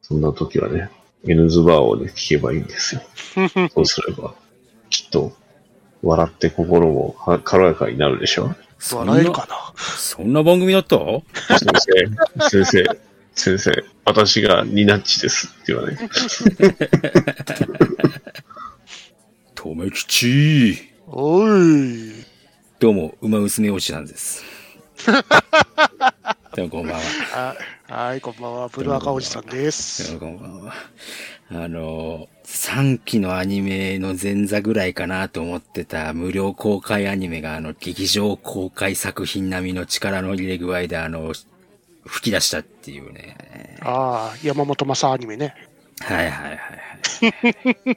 そんな時はね、N ズバーをね、聞けばいいんですよ。そうすれば、きっと、笑って心も軽やかになるでしょう。 笑えるかな。 そんな番組だった？ 先生、私がニナッチですって言わない。 とめきち。 おい。 どうも、馬娘おじさんです。どうもこんばんは。 はい、こんばんは。ブルーアカおじさんです。 どうもこんばんは。3期のアニメの前座ぐらいかなと思ってた無料公開アニメが劇場公開作品並みの力の入れ具合で吹き出したっていうね。 ああ、山本昌アニメね。 はいはいはいはい。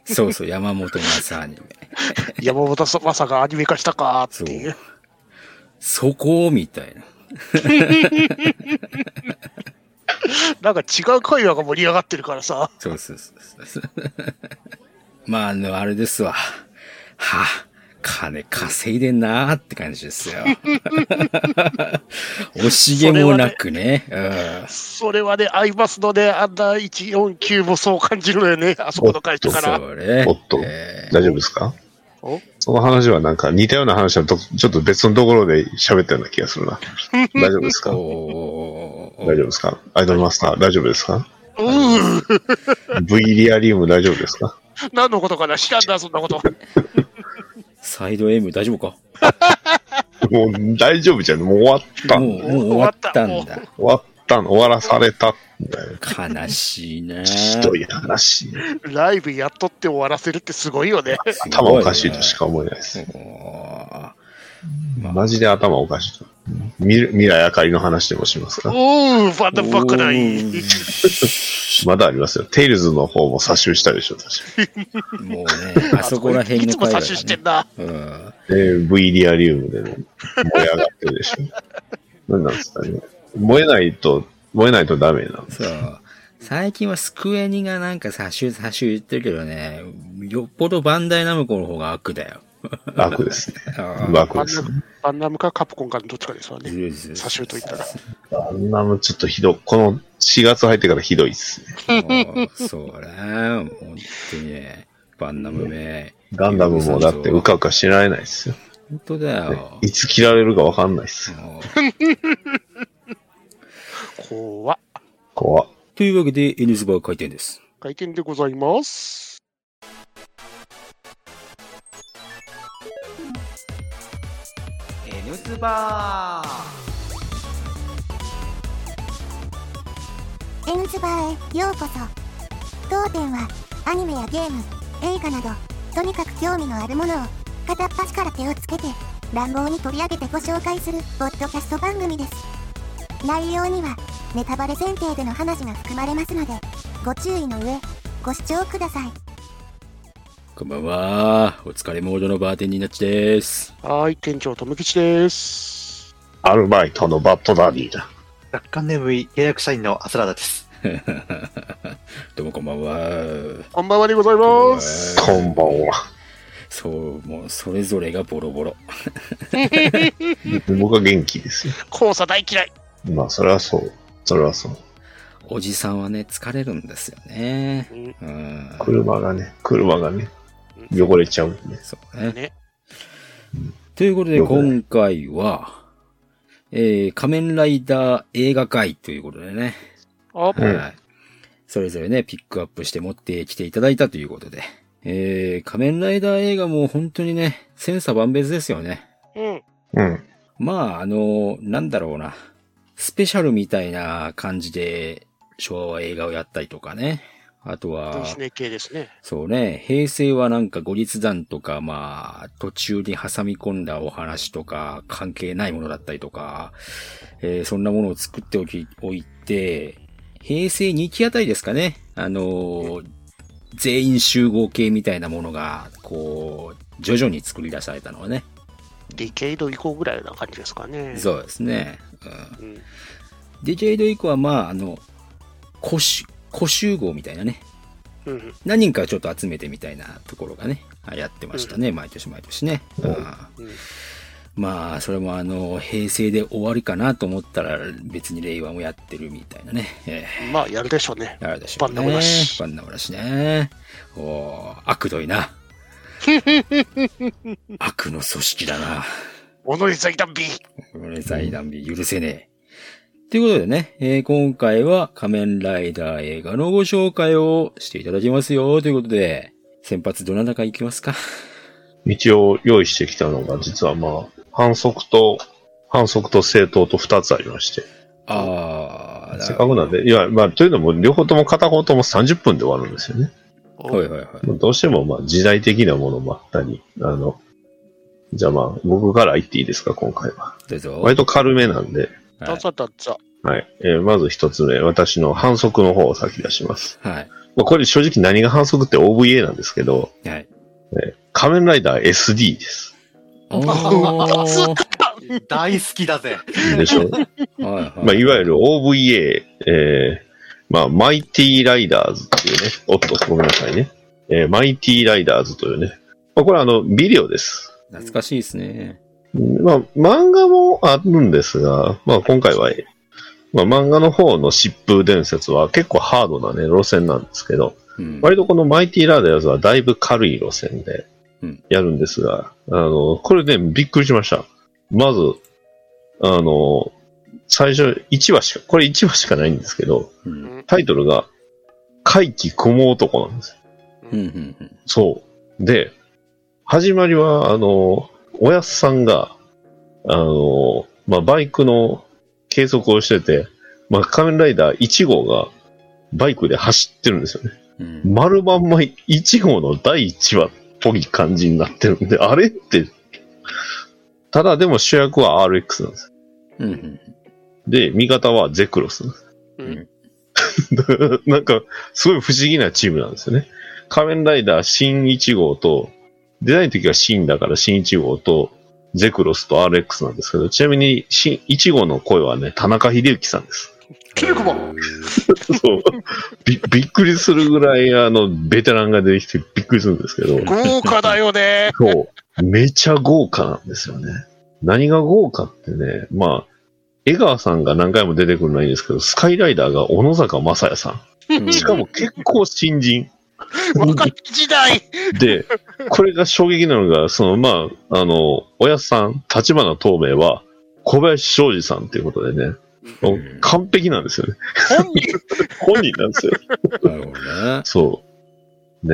そうそう、山本昌アニメ。 山本昌がアニメ化したかーっていう。 そこみたいな。 なんか違う会話が盛り上がってるからさ。 そう。まあ、あれですわ。金稼いでんなーって感じですよ。惜しげもなくね。 それはね、合いますので、アンダー149もそう感じるのよね、あそこの会社から。 おっと、大丈夫ですか？その話はなんか似たような話はちょっと別のところで喋ったような気がするな。大丈夫ですか？大丈夫ですか？アイドルマスター大丈夫ですか？V リアリウム大丈夫ですか？ 何のことかな？知らんな、そんなこと。 サイド M 大丈夫か？ もう大丈夫じゃん。もう終わったもう終わったんだ。 終わらされたんだよ。 悲しいね。 ひどい話。 ライブやっとって終わらせるってすごいよね。 頭おかしいとしか思えないです。マジで頭おかしい。未来あかりの話でもしますか？ バンダムバックだい。 まだありますよ。テイルズの方も差ししたでしょ、確かに。もうね、あそこら辺の会話、ね。いつも差ししてんだ。 V リアリウムでね、燃え上がってるでしょ。何なんですかね。燃えないとダメなんです。 そう。最近はスクエニがなんか差し言ってるけどね、よっぽどバンダイナムコの方が悪だよ。 悪ですね。悪ですね。 バンナムかカプコンかのどっちかですわね。差しと言ったら。 バンナムちょっとひどい。この4月入ってからひどいっすね。そうね。本当にね。バンナムめ。 ガンダムもだってうかうか知られないっすよ。 本当だよ。 いつ切られるかわかんないっすよ。 怖っ。 というわけで N ズバー開店です。 開店でございます。 N ズバー N ズバーへようこそ。当店はアニメやゲーム、映画などとにかく興味のあるものを片っ端から手をつけて乱暴に取り上げてご紹介するポッドキャスト番組です。内容にはネタバレ前提での話が含まれますのでご注意の上ご視聴ください。 こんばんは。お疲れモードのバーテンになっちです。 はい、店長とむきちです。 アルバイトのバッドダディだ。 楽観眠い契約社員のアスラーダです。 どうもこんばんは。 こんばんはでございます。 こんばんは。 そう、もうそれぞれがボロボロ。 僕は元気ですよ。 黄砂大嫌い。 まあそれはそう。 おじさんはね疲れるんですよね。 車がね汚れちゃうんで。 そうね。ということで今回は、仮面ライダー映画会ということでね。それぞれねピックアップして持ってきていただいたということで、仮面ライダー映画も本当にね千差万別ですよね。まあなんだろうな。スペシャルみたいな感じで昭和映画をやったりとかね。あとは、 系ですね。 そうね、平成はなんか後日談とか、まあ、途中に挟み込んだお話とか、関係ないものだったりとか、そんなものを作っておいて、平成2期あたりですかね。全員集合系みたいなものが、こう、徐々に作り出されたのはね。 ディケイド以降ぐらいな感じですかね。 そうですね。ディケイド以降はまあ、古集合みたいなね。何人かちょっと集めてみたいなところがね、やってましたね。毎年ね。 まあ、それも平成で終わりかなと思ったら、別に令和もやってるみたいなね。 まあ、やるでしょうね。 やるでしょうね。バンナムラシ。バンナムラシね。悪どいな。悪の組織だな。 己財団美。 己財団美、許せねえ。ということでね、今回は仮面ライダー映画のご紹介をしていただきますよ。ということで、先発どなたか行きますか。 一応用意してきたのが、実はまあ、反則と正当と2つありまして。せっかくなんで、いや、まあ、というのも、両方とも片方とも30分で終わるんですよね。 はいはいはい。 どうしても、まあ、時代的なものもあったり、じゃあまあ、僕から言っていいですか、今回は。 どうぞ。 割と軽めなんで。 どうぞどうぞ。 はい。まず一つ目、私の反則の方を先出します。 はい。 まあ、これ正直何が反則って OVA なんですけど、 はい。 仮面ライダー SD です。 大好きだぜ。 でしょまあ、いわゆる OVA、まあ、マイティライダーズっていうね、ごめんなさいね。マイティライダーズというね。まあ、これビデオです。 懐かしいですね。 まあ、漫画もあるんですが、まあ、今回は、まあ、漫画の方の疾風伝説は結構ハードなね、路線なんですけど、割とこのマイティライダーズはだいぶ軽い路線でやるんですが、これね、びっくりしました。まず、最初、これ1話しかないんですけど、タイトルが、怪奇雲男なんですよ。そう。で、始まりは、おやすさんが、まあ、バイクの計測をしてて、まあ、仮面ライダー1号がバイクで走ってるんですよね。丸まんま1号の第1話っぽい感じになってるんで、あれって、ただでも主役は RX なんですよ。で、味方はゼクロスなんです。なんか、すごい不思議なチームなんですよね。仮面ライダー新1号と、出ない時は新だから新1号と、ゼクロスと RX なんですけど、ちなみに新1号の声はね、田中秀幸さんです。 キルクマそうびっくりするぐらい、ベテランが出てきてびっくりするんですけど。 豪華だよね。 そう。めちゃ豪華なんですよね。何が豪華ってね、まあ、江川さんが何回も出てくるのはいいんですけど、スカイライダーが小野坂正也さん。しかも結構新人。 若い時代で、これが衝撃なのが、まあ、おやさん、立花透明は、小林昌司さんっていうことでね、完璧なんですよね。本人なんですよ。 なるほどね。 そう。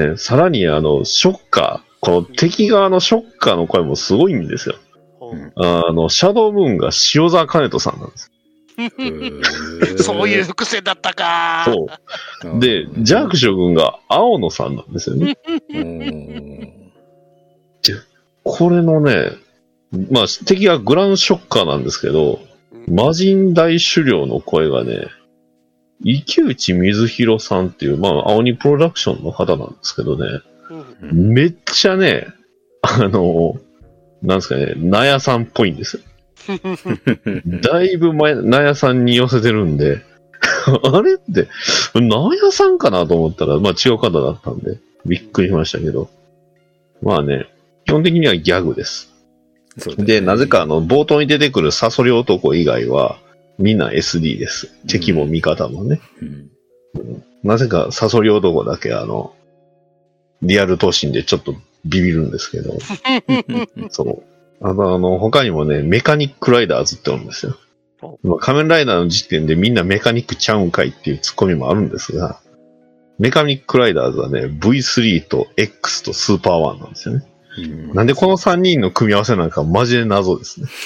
ね、さらにショッカー、この敵側のショッカーの声もすごいんですよ。シャドームーンが塩沢兼人さんなんです。 そういう伏線だったか。 そう。で、ジャーク将軍が青野さんなんですよね。これのね、まあ、敵はグランショッカーなんですけど、魔人大狩猟の声がね、池内水広さんっていう、まあ、青鬼プロダクションの方なんですけどね、めっちゃね、なんですかね、ナヤさんっぽいんですよ。だいぶナヤさんに寄せてるんで、あれって、ナヤさんかなと思ったら、まあ違う方だったんで、びっくりしましたけど。まあね、基本的にはギャグです。で、なぜか冒頭に出てくるサソリ男以外は、みんな SD です。敵も味方もね。なぜかサソリ男だけリアル闘神でちょっとビビるんですけど。そう。他にもね、メカニックライダーズってあるんですよ。仮面ライダーの時点でみんなメカニックちゃうんかいっていうツッコミもあるんですが、メカニックライダーズはね、V3 と X とスーパーワンなんですよね。なんでこの3人の組み合わせなんかマジで謎ですね。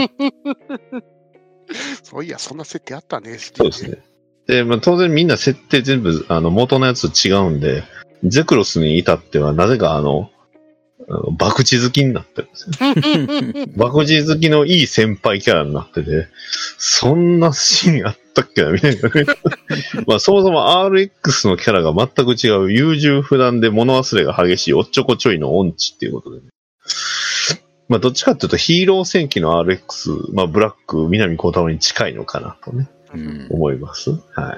そういや、そんな設定あったね。 そうですね。で、まあ、当然みんな設定全部元のやつと違うんで、ゼクロスに至ってはなぜか博打好きになってるんですよ。博打好きのいい先輩キャラになってて、そんなシーンあったっけなみたいなね。まあそもそも RX のキャラが全く違う優柔不断で物忘れが激しいおっちょこちょいの音痴っていうことでね。まあどっちかっていうとヒーロー戦記の RX、まあブラック、南光太郎に近いのかなとね、思います。はい。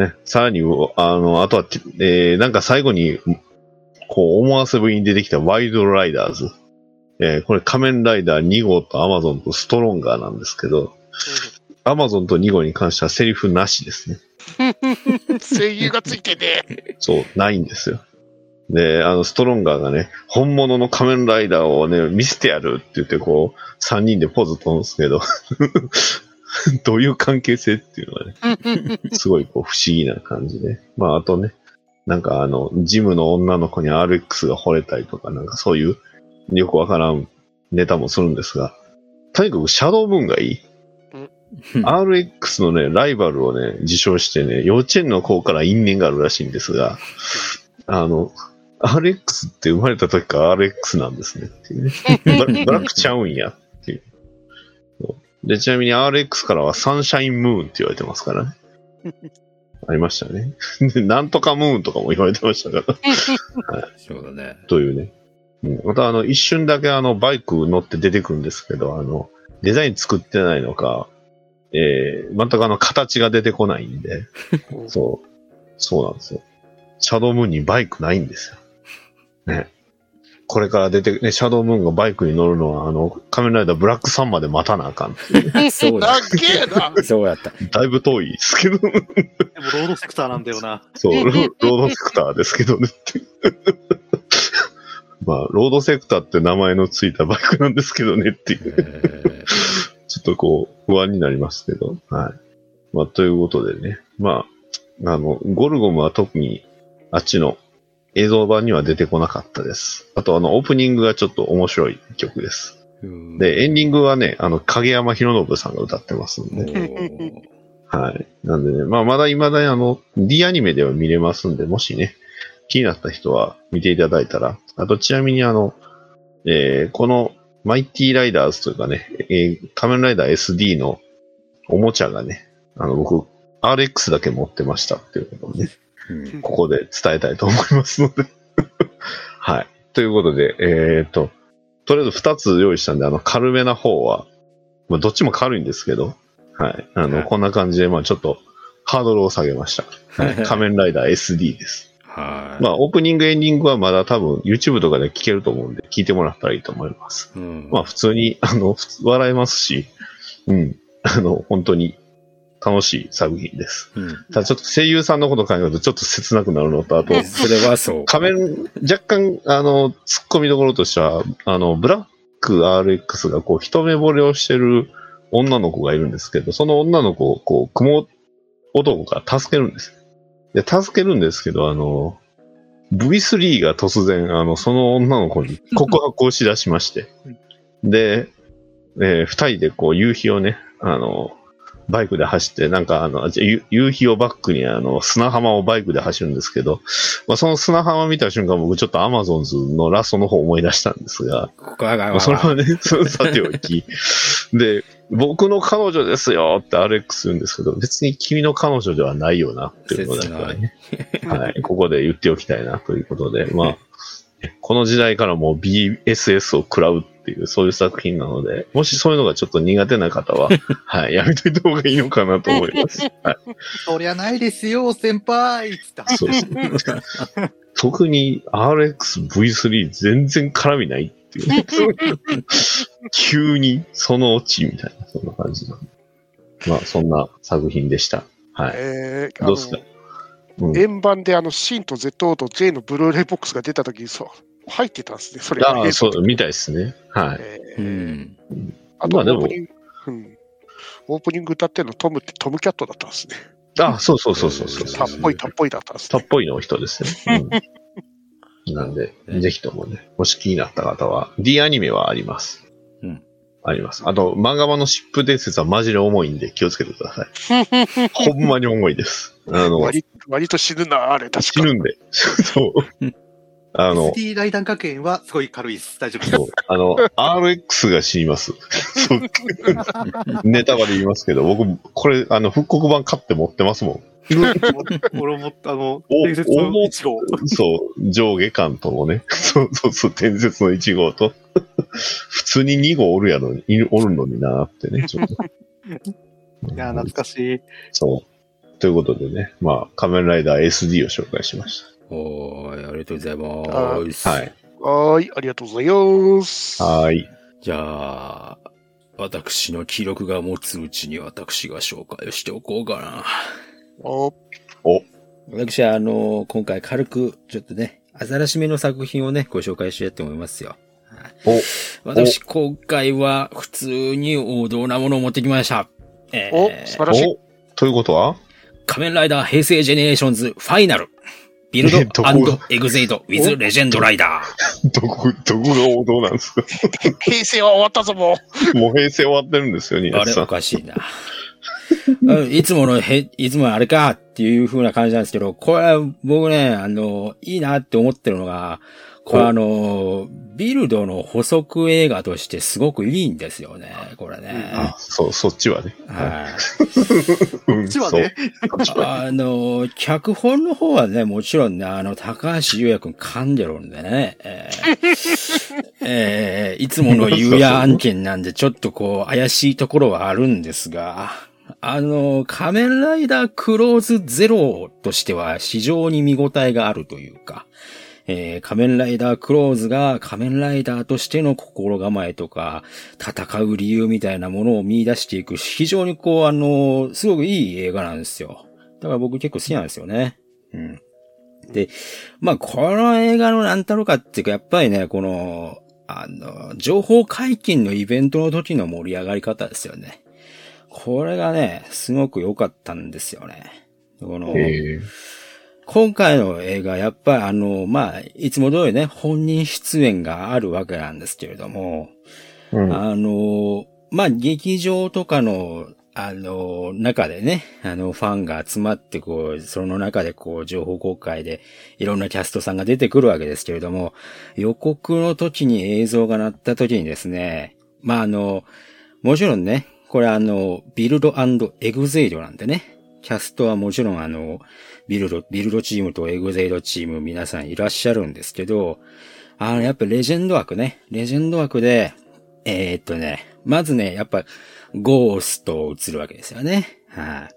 ね、さらに、あとは、なんか最後に、こう思わせぶりに出てきたワイルドライダーズ。 これ仮面ライダー2号とアマゾンとストロンガーなんですけど、アマゾンと2号に関してはセリフなしですね。 声優がついてね。 そう、ないんですよ。で、ストロンガーがね、本物の仮面ライダーをね、見せてやるって言って、こう、3人でポーズ取るんですけど、どういう関係性っていうのがね、すごいこう不思議な感じで。まあ、あとね、なんかジムの女の子に RX が惚れたりとか、なんかそういうよくわからんネタもするんですが、とにかくシャドウムーンがいい。RX のね、ライバルをね、自称してね、幼稚園の子から因縁があるらしいんですが、RX って生まれた時から RX なんですねっていうね。ブラックちゃうんやっていう。で、ちなみに RX からはサンシャインムーンって言われてますからね。ありましたね。で、なんとかムーンとかも言われてましたから。はい、そうだね。というね。また一瞬だけバイク乗って出てくるんですけど、デザイン作ってないのか、全く形が出てこないんで、そうなんですよ。シャドウムーンにバイクないんですよ。ね。これからシャドウムーンがバイクに乗るのは、仮面ライダーブラックサンまで待たなあかんっていう、ね。 そうだ。すげえな。そうやった。 だいぶ遠いですけど。でも、 ロードセクターなんだよな。 そう、ロードセクターですけどねって。まあ、ロードセクターって名前のついたバイクなんですけどねっていう。ちょっとこう、不安になりますけど。はい。まあ、ということでね。まあ、ゴルゴムは特に、あっちの映像版には出てこなかったです。あと、オープニングがちょっと面白い曲です。で、エンディングはね、影山博信さんが歌ってますんで。はい。なんでね、まあ、まだ未だにD アニメでは見れますんで、もしね、気になった人は見ていただいたら、あと、ちなみにこの、マイティライダーズというかね、仮面ライダー SD のおもちゃがね、僕、RX だけ持ってましたっていうことをね、ここで伝えたいと思いますので。はい。ということで、とりあえず2つ用意したんで、軽めな方は、まあ、どっちも軽いんですけど、はい。こんな感じで、まあちょっと、ハードルを下げました。はい。仮面ライダー SD です。はい。まあ、オープニング、エンディングはまだ多分 YouTube とかで聞けると思うんで、聞いてもらったらいいと思います。まあ、普通に、笑えますし、本当に楽しい作品です。ただちょっと声優さんのことを考えるとちょっと切なくなるのと、あと、 それはそう。 若干、突っ込みどころとしては、ブラック RX がこう、一目惚れをしてる女の子がいるんですけど、その女の子をこう、雲男が助けるんです。で、助けるんですけど、V3 が突然、その女の子に告白をしだしまして。で、二人でこう、夕日をね、バイクで走って、なんか夕日をバックに砂浜をバイクで走るんですけど、まあ、その砂浜見た瞬間僕ちょっとアマゾンズのラストの方を思い出したんですが、それはね、さておき、で、僕の彼女ですよって RX 言うんですけど、別に君の彼女ではないよなっていうのだからね、はい、ここで言っておきたいなということで、まあ、この時代からもう BSS を食らうっていう、そういう作品なので、もしそういうのがちょっと苦手な方は、はい、やめといた方がいいのかなと思います。はい、 そりゃないですよ、先輩そうですね。特に RX-V3 全然絡みないっていう、ね。急にそのオチみたいな、そんな感じな。まあ、そんな作品でした。はい。どうですか？ 円盤でシンと ZO と J のブルーレイボックスが出たときに入ってたんですね、それが。 ああ、そう、みたいですね。はい。 あとはオープニング歌ってるのトムキャットだったんですね。 あ、そう。たっぽいだったんですね。たっぽいの人ですね。なんで、ぜひともね、もし気になった方は、D アニメはあります。あります。あと、漫画版の疾風伝説はマジで重いんで気をつけてください。ほんまに重いです。 割と死ぬな、あれ、確かに。 死ぬんで。そう。 SD ライダー学園はすごい軽いです。大丈夫です。そう。 RX が死にます。ネタバレ言いますけど、僕、これ、復刻版買って持ってますもん。 俺も、伝説の1号。 そう、上下巻ともね。そう、伝説の1号と。普通に2号おるのになーってね、ちょっと。 いや、懐かしい。 そう。ということでね、まあ、仮面ライダー SD を紹介しました。 ありがとうございます。 はい。 はい、ありがとうございます。 はい。 じゃあ、私の記録が持つうちに私が紹介をしておこうかな。私は今回軽くちょっとね、新しめの作品をね、ご紹介しようと思いますよ。私今回は普通に王道なものを持ってきました。 素晴らしい。 ということは仮面ライダー平成ジェネレーションズファイナル。ビルド&エグゼイド with レジェンドライダー。どこが王道なんですか平成は終わったぞ、もう。もう平成終わってるんですよ、 あれおかしいな。いつもあれかっていう風な感じなんですけど、これは僕ね、いいなって思ってるのが、これビルドの補足映画としてすごくいいんですよね、これね。 そっちはね。 はい。 そっちはね。 脚本の方はね、もちろんね、高橋優也くん噛んでるんでね、いつもの優也案件なんでちょっとこう怪しいところはあるんですが、仮面ライダークローズゼロとしては非常に見応えがあるというか、仮面ライダークローズが仮面ライダーとしての心構えとか、戦う理由みたいなものを見出していく、非常にこう、すごくいい映画なんですよ。だから僕結構好きなんですよね。うん。で、まあ、この映画のなんたろかっていうか、やっぱりね、この、情報解禁のイベントの時の盛り上がり方ですよね。これがね、すごく良かったんですよね。今回の映画、やっぱりまあ、いつも通りね、本人出演があるわけなんですけれども、まあ、劇場とかの、中でね、ファンが集まってこう、その中でこう、情報公開でいろんなキャストさんが出てくるわけですけれども、予告の時に映像が鳴った時にですね、まあもちろんね、これビルド&エグゼイドなんでね、キャストはもちろんビルドチームとエグゼイドチーム皆さんいらっしゃるんですけど、やっぱレジェンド枠で、まずね、やっぱゴーストを映るわけですよね。はい、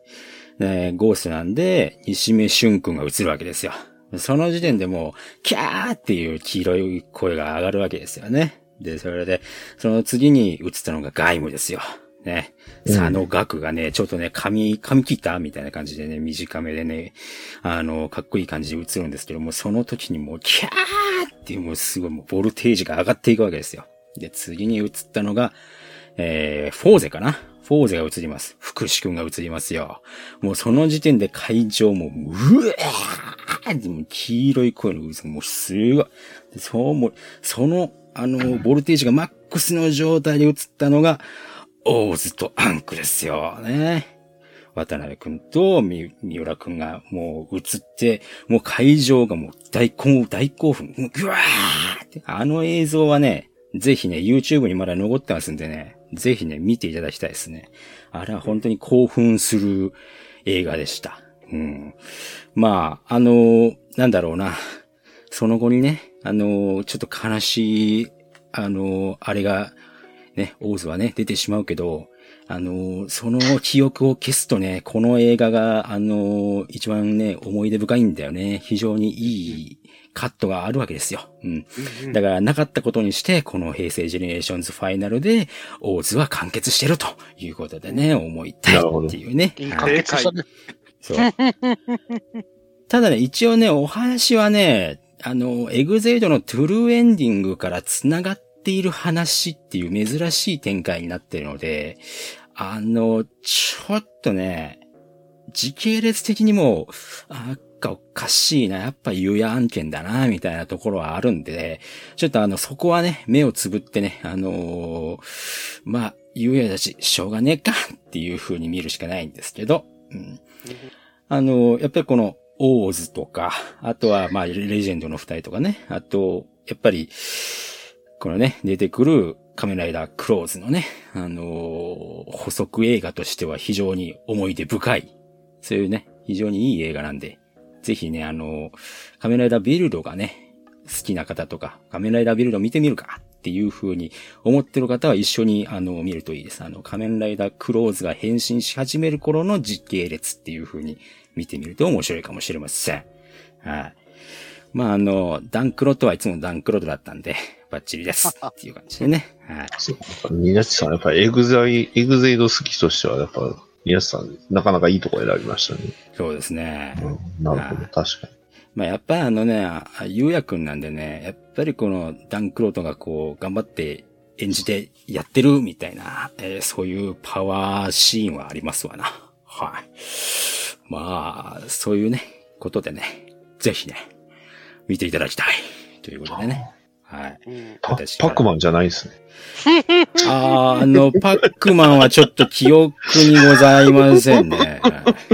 ゴーストなんで、西目俊君が映るわけですよ。その時点でもう、キャーっていう黄色い声が上がるわけですよね。で、それで、その次に映ったのがガイムですよ。ね。佐野岳がね、ちょっとね、髪切ったみたいな感じでね、短めでね、かっこいい感じで映るんですけども、その時にもう、キャーっていうもうすごいもうボルテージが上がっていくわけですよ。で、次に映ったのが、フォーゼかな。フォーゼが映ります。福士くんが映りますよ。もうその時点で会場も、うわーってもう黄色い声の渦がもうすごい。でその、ボルテージがマックスの状態で映ったのが、オーズとアンクですよね。渡辺くんと三浦くんがもう映って、もう会場がもう大興奮。ぐわーって。映像はね、ぜひね、YouTube にまだ残ってますんでね、ぜひね、見ていただきたいですね。あれは本当に興奮する映画でした。うん。まあ、なんだろうな。その後にね、ちょっと悲しい、あれが、ね、オーズはね、出てしまうけど、その記憶を消すとね、この映画が、一番ね、思い出深いんだよね。非常にいいカットがあるわけですよ。うん。だからなかったことにして、この平成ジェネレーションズファイナルで、オーズは完結してるということでね、思いたいっていうね。 完結したね。 そう。ただね、一応ね、お話はね、エグゼイドのトゥルーエンディングから繋がっている話っていう珍しい展開になっているので、ちょっとね、時系列的にも、おかしいな、やっぱ有野案件だな、みたいなところはあるんで、ちょっとそこはね、目をつぶってね、まあ、有野だし、しょうがねえか、っていう風に見るしかないんですけど、うん。やっぱりこの、オーズとか、あとは、まあ、レジェンドの二人とかね、あと、やっぱり、このね、出てくる仮面ライダークローズのね、補足映画としては非常に思い出深い、そういうね、非常にいい映画なんで、ぜひね、仮面ライダービルドがね、好きな方とか、仮面ライダービルド見てみるかっていう風に思ってる方は一緒に見るといいです。仮面ライダークローズが変身し始める頃の時系列っていう風に見てみると面白いかもしれません。はい。 まあダンクロットはいつもダンクロットだったんで、バッチリです。っていう感じでね。はい。 そう。ニナチさん、やっぱりエグゼイド好きとしては、やっぱ、ニナチさん、なかなかいいとこ選びましたね。 そうですね。 なるほど、確かに。 まあやっぱりゆうやくんなんでね、やっぱりこのダンクロートがこう頑張って演じてやってるみたいな、そういうパワーシーンはありますわな。はい。まあ、そういうね、ことでね、ぜひね、見ていただきたい。ということでね。はい。 パックマンじゃないですね。 パックマンはちょっと記憶にございませんね。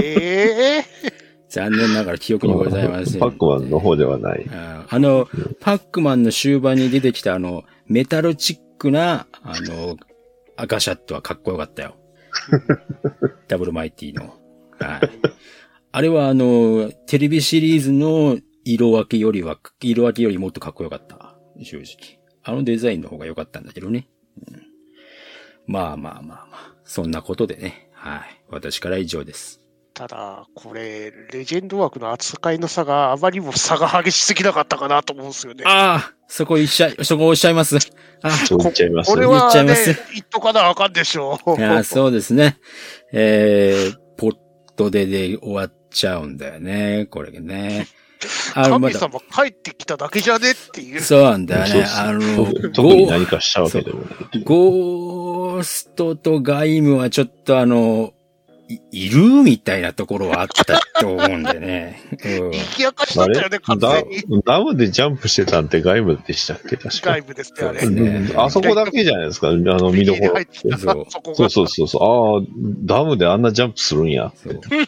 残念ながら記憶にございません。 パックマンの方ではない。 パックマンの終盤に出てきたメタルチックな、赤シャットはかっこよかったよ。ダブルマイティの。はい。あれはテレビシリーズの色分けよりもっとかっこよかった。正直。デザインの方が良かったんだけどね。まあ。そんなことでね。はい。私から以上です。 ただ、これ、レジェンド枠の扱いの差があまりにも差が激しすぎなかったかなと思うんですよね。 ああ、そこおっしゃいます。 そう言っちゃいます。 これはね、言っとかなあかんでしょう。 いや、そうですね。ポットで終わっちゃうんだよね、これね。 神様帰ってきただけじゃねっていう。 そうなんだよね。 特に何かしたわけでもない。 ゴーストとガイムはちょっといるみたいなところはあったと思うんでね。 行き明かしだったよね、完全に。 ダムでジャンプしてたんって外部でしたっけ、確か。 外部ですよね。 あそこだけじゃないですか、見どころ。そう。ああ、ダムであんなジャンプするんや。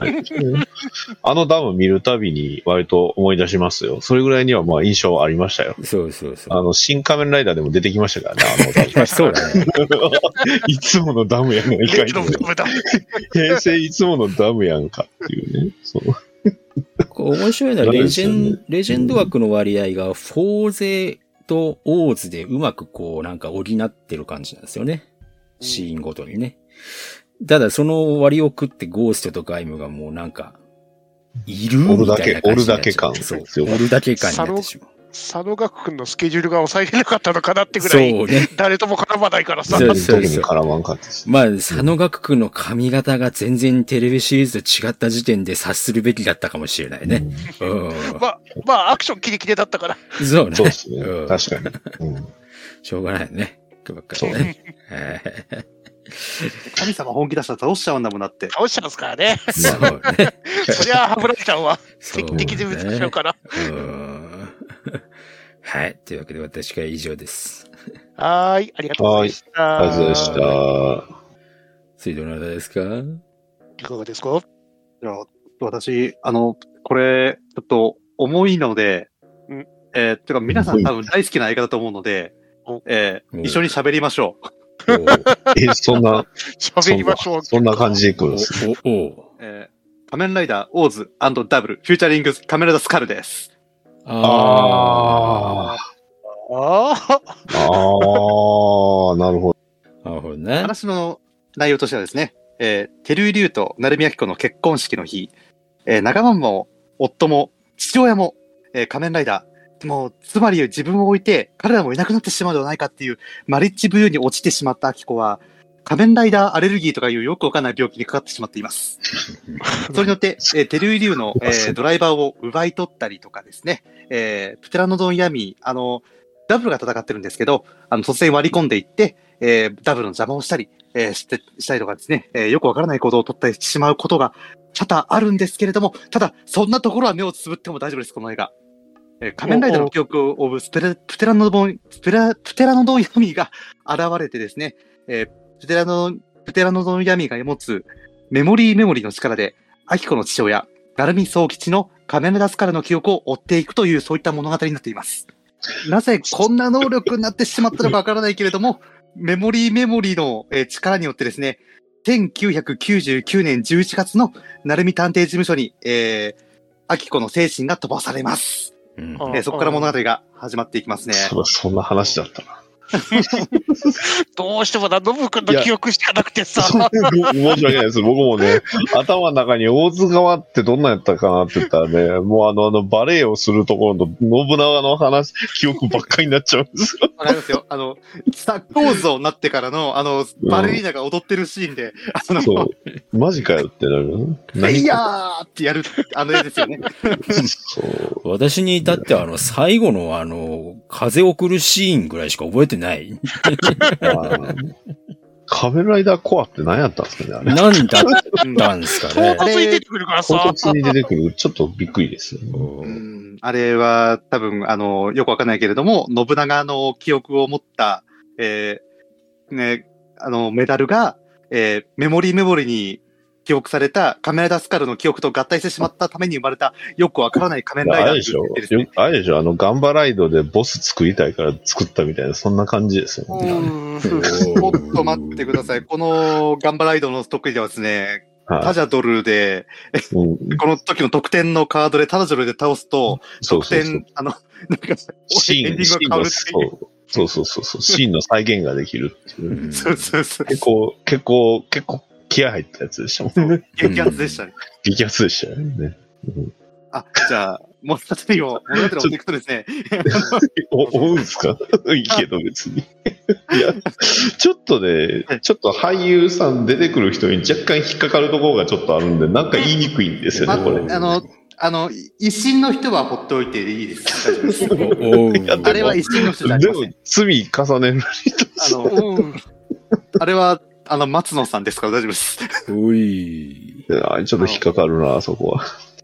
ダム見るたびに割と思い出しますよ。それぐらいにはまあ印象ありましたよ。 そう。 新仮面ライダーでも出てきましたからね、 そうだね。 いつものダムやないかい。平成いつものダムやんかっていうね。 面白いのはレジェンド枠の割合がフォーゼとオーズでうまくこうなんか補ってる感じなんですよね。シーンごとにね。ただその割を食ってゴーストとガイムがもうなんか、いるみたいな感じになっちゃう。 おるだけ感。 そう。おるだけ感になってしまう。 佐野岳くんのスケジュールが抑えれなかったのかなってぐらい、誰とも絡まないからさ。 特に絡まんかったです。 まあ、佐野岳くんの髪型が全然テレビシリーズと違った時点で察するべきだったかもしれないね。 まあ、アクションキレキレだったから。 そうね。 そうですね。確かに。 しょうがないね。そうね。 神様本気出したら倒しちゃうんだもんなって。 倒しちゃうんですからね。 そうね。 そりゃ、ハブラキさんは敵で難しいから。 はい。というわけで私から以上です。 はい。ありがとうございました。 ありがとうございました。 水道の方ですか？ いかがですか？ じゃあ、私、これ、ちょっと重いので、てか皆さん多分大好きな映画だと思うので、一緒に喋りましょう。 そんな、 喋りましょう。 そんな感じでいくんです。 仮面ライダーオーズ&ダブル、フューチャリング仮面ライダースカルです。 なるほど。 なるほどね。 話の内容としてはですね、照井龍と成宮明子の結婚式の日、仲間も夫も父親も、仮面ライダー、もうつまり自分を置いて彼らもいなくなってしまうのではないかっていうマリッジブルーに落ちてしまった明子は、仮面ライダーアレルギーとかいうよくわかんない病気にかかってしまっています。それによって、照井龍の、ドライバーを奪い取ったりとかですね、プテラノドンヤミー、ダブルが戦ってるんですけど、突然割り込んでいって、ダブルの邪魔をしたり、したりとかですね、よくわからない行動を取ってしまうことが多々あるんですけれども、ただ、そんなところは目をつぶっても大丈夫です、この映画。仮面ライダーの記憶を追うプテラノドンヤミーが現れてですね、プテラノドンヤミーが持つメモリーの力で、アキコの父親、成見宗吉の仮面ライダースカルの記憶を追っていくという、そういった物語になっています。なぜこんな能力になってしまったのかわからないけれども、メモリーの力によってですね、1999年11月の成見探偵事務所に、アキコの精神が飛ばされます。そこから物語が始まっていきますね。 そんな話だったな。 どうしてもな、ノブ君の記憶しかなくてさ。 申し訳ないです。僕もね、頭の中に大津川ってどんなんやったかなって言ったらね、もうバレエをするところの信長の話、記憶ばっかりになっちゃうんですよ。 わかりますよ。サ構造になってからの、バレリーナが踊ってるシーンで、 そう。マジかよってなる。 いやーってやる、絵ですよね。 そう。私に至っては、最後の風を送るシーンぐらいしか覚えてない。 仮面ライダーコアって何やったんですかね、あれ。 何だったんですかね。 唐突に出てくるからさ。 唐突に出てくる。ちょっとびっくりですよね。あれは多分、よくわかんないけれども、信長の記憶を持った、ね、メダルが、メモリーに記憶された仮面ライダースカルの記憶と合体してしまったために生まれたよくわからない仮面ライダーって言ってですね。 あれでしょガンバライドでボス作りたいから作ったみたいな、そんな感じですよね。 もっと待ってください。このガンバライドの得意ではですね、タジャドルで、この時の得点のカードでタジャドルで倒すと、得点、なんか、 シーンが変わるっていう。そう。シーンの再現ができるっていう。 そう。 結構、気合入ったやつでしたもんね。 激アツでしたね。 激アツでしたよね。 じゃあ、物語を追っていくとですね。 追うんすかいいけど別に。いや、ちょっと俳優さん出てくる人に若干引っかかるところがちょっとあるんで、なんか言いにくいんですよね、これ。 一審の人は放っておいていいです。大丈夫です。あれは一審の人じゃないです。 でも、罪重ねる人あれは、松野さんですから大丈夫です。 おい。 ちょっと引っかかるな、そこは。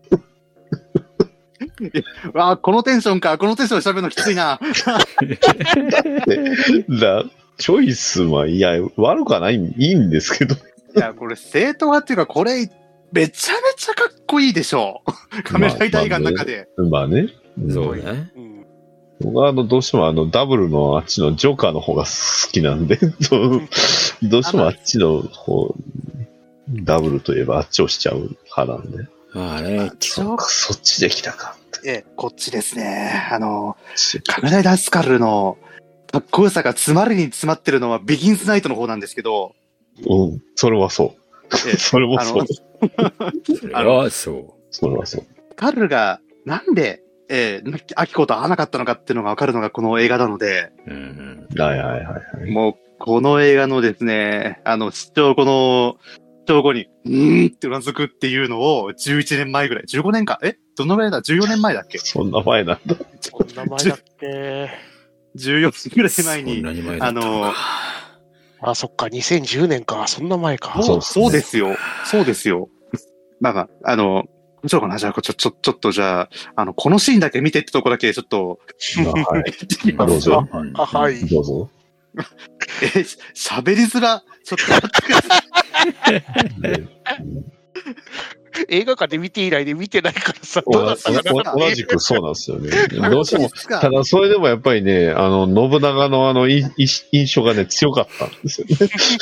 わあ、このテンションで喋るのきついな。 チョイスは、いや、悪くはない、いいんですけど。 いや、これ正統派っていうか、これ、めちゃめちゃかっこいいでしょ。仮面ライダー映画の中で。 まあね。 そうね。 僕はどうしてもダブルのあっちのジョーカーの方が好きなんで、どうしてもあっちの方、ダブルといえばあっちをしちゃう派なんで。 あれ、 そっちできたか。 こっちですね。仮面ライダースカルのかっこよさが詰まりに詰まってるのはビギンズナイトの方なんですけど。 それはそう。それもそう。 それはそう。 カルがなんで、アキコと会わなかったのかっていうのがわかるのがこの映画なので。 はい。 もう、この映画のですね、視聴後に、ってうなずくっていうのを11年前ぐらい、15年か、どのぐらいだ ?14 年前だっけ？ そんな前なんだ。 そんな前だっけ ？14年ぐらい前に、 そっか、2010年か、そんな前か。 そうですよ。まあ、そうかな、じゃあ、ちょっとじゃあ、このシーンだけ見てってとこだけ、ちょっと。 はい。どうぞ。 はい。 どうぞ。 喋りづら。ちょっと待ってください。 映画館で見て以来で見てないからさ、 同じくそうなんですよね。どうしても、ただそれでもやっぱりね、信長の印象がね、強かったんですよね。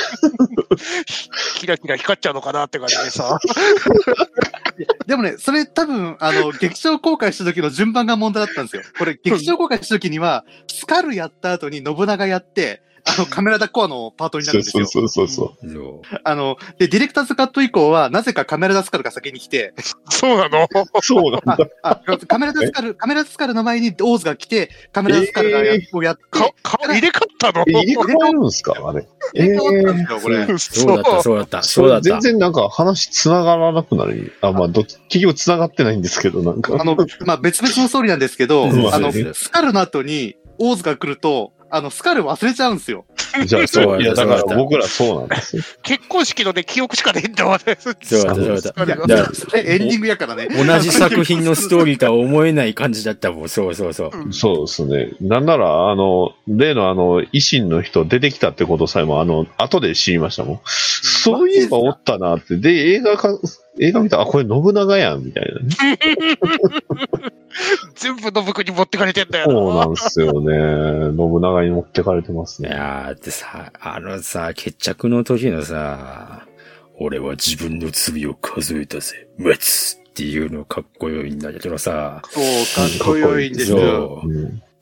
キラキラ光っちゃうのかなって感じでさ。 でもね、それ多分、劇場公開した時の順番が問題だったんですよ。これ、劇場公開した時には、スカルやった後に信長やって、カメラダコアのパートになるんですよ。 そう。 で、ディレクターズカット以降は、なぜかカメラダスカルが先に来て。 そうなの？ そうなんだ。 カメラダスカルの前にオーズが来て、カメラダスカルがやって。 入れ替わったの？ 入れ替わるんですかあれ。 入れ替わったんですよ、これ。 そうだった。 全然なんか話繋がらなくなる。結局繋がってないんですけど、なんか。 別々のストーリーなんですけど、スカルの後に、オーズが来ると、スカル忘れちゃうんですよ。 じゃあ、そう。いや、だから僕らそうなんですよ。 結婚式のね、記憶しかねえんだわね。 そうだ。 エンディングやからね。 同じ作品のストーリーとは思えない感じだったもん。そう。 そうですね。なんなら、例の維新の人出てきたってことさえも、後で知りましたもん。そういえばおったなって。で、映画見たら、これ信長やん、みたいなね。 全部信君に持ってかれてんだよな。 そうなんですよね。信長に持ってかれてますね。 いやーってさ、決着の時のさ、俺は自分の罪を数えたぜ、待つっていうのかっこよいんだけどさ。 そう、かっこよいんですよ。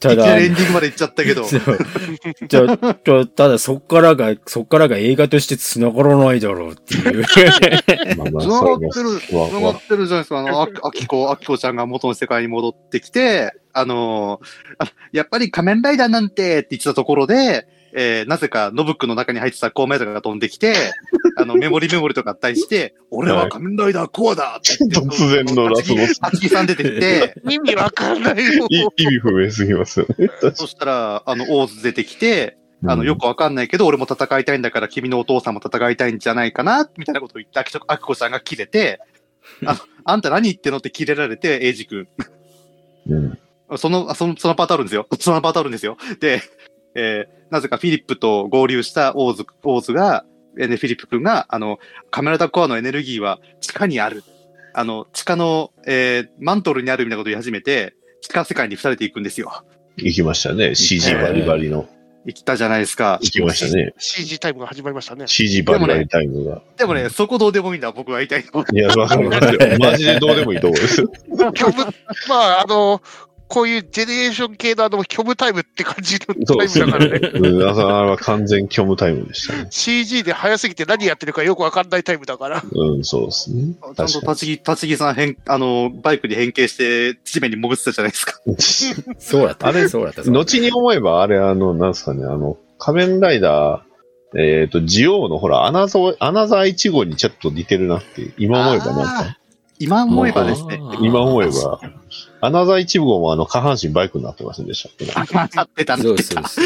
ただ、エンディングまで行っちゃったけど。 ただそっからが映画として繋がらないだろうっていう。繋がってるじゃないですか。アキコちゃんが元の世界に戻ってきて、やっぱり仮面ライダーなんてって言ってたところで、なぜかノブ君の中に入ってたコウメダが飛んできて、メモリとか対して、俺は仮面ライダーコアだって言って、 突然のラスボス。 ハチキさん出てきて、 意味わかんないよ。 意味不明すぎますよね。 そしたら、オーズ出てきて、よくわかんないけど、俺も戦いたいんだから君のお父さんも戦いたいんじゃないかな、みたいなことを言って、アキコさんが切れて、あんた何言ってんのって切れられて、エイジ君。そのパターンあるんですよ。そのパターンあるんですよ。で、なぜかフィリップと合流したオーズが、フィリップ君が、カメラダコアのエネルギーは地下にある。地下の、マントルにあるみたいなことを言い始めて、地下世界に二人で行くんですよ。 行きましたね。CG バリバリの。 行ったじゃないですか。 行きましたね。 CG タイムが始まりましたね。 CG バリバリタイムが。 でもね、そこどうでもいいんだ、僕は言いたいの。 いや、わかりますよ。マジでどうでもいいと思うんですよ。 まあ、こういうジェネレーション系の虚無タイムって感じのタイムだからね。 あれは完全虚無タイムでしたね。 CG で早すぎて何やってるかよくわかんないタイムだから。 そうですね。 ちゃんと立木さんバイクに変形して地面に潜ってたじゃないですか。 そうだった。そうだった。 後に思えば、あれなんですかね、仮面ライダー、ジオウのほら、アナザー1号にちょっと似てるなって、今思えばなんか。 今思えばですね。 今思えば。アナザー1号も下半身バイクになってませんでしたっけ？ なってた。 そう。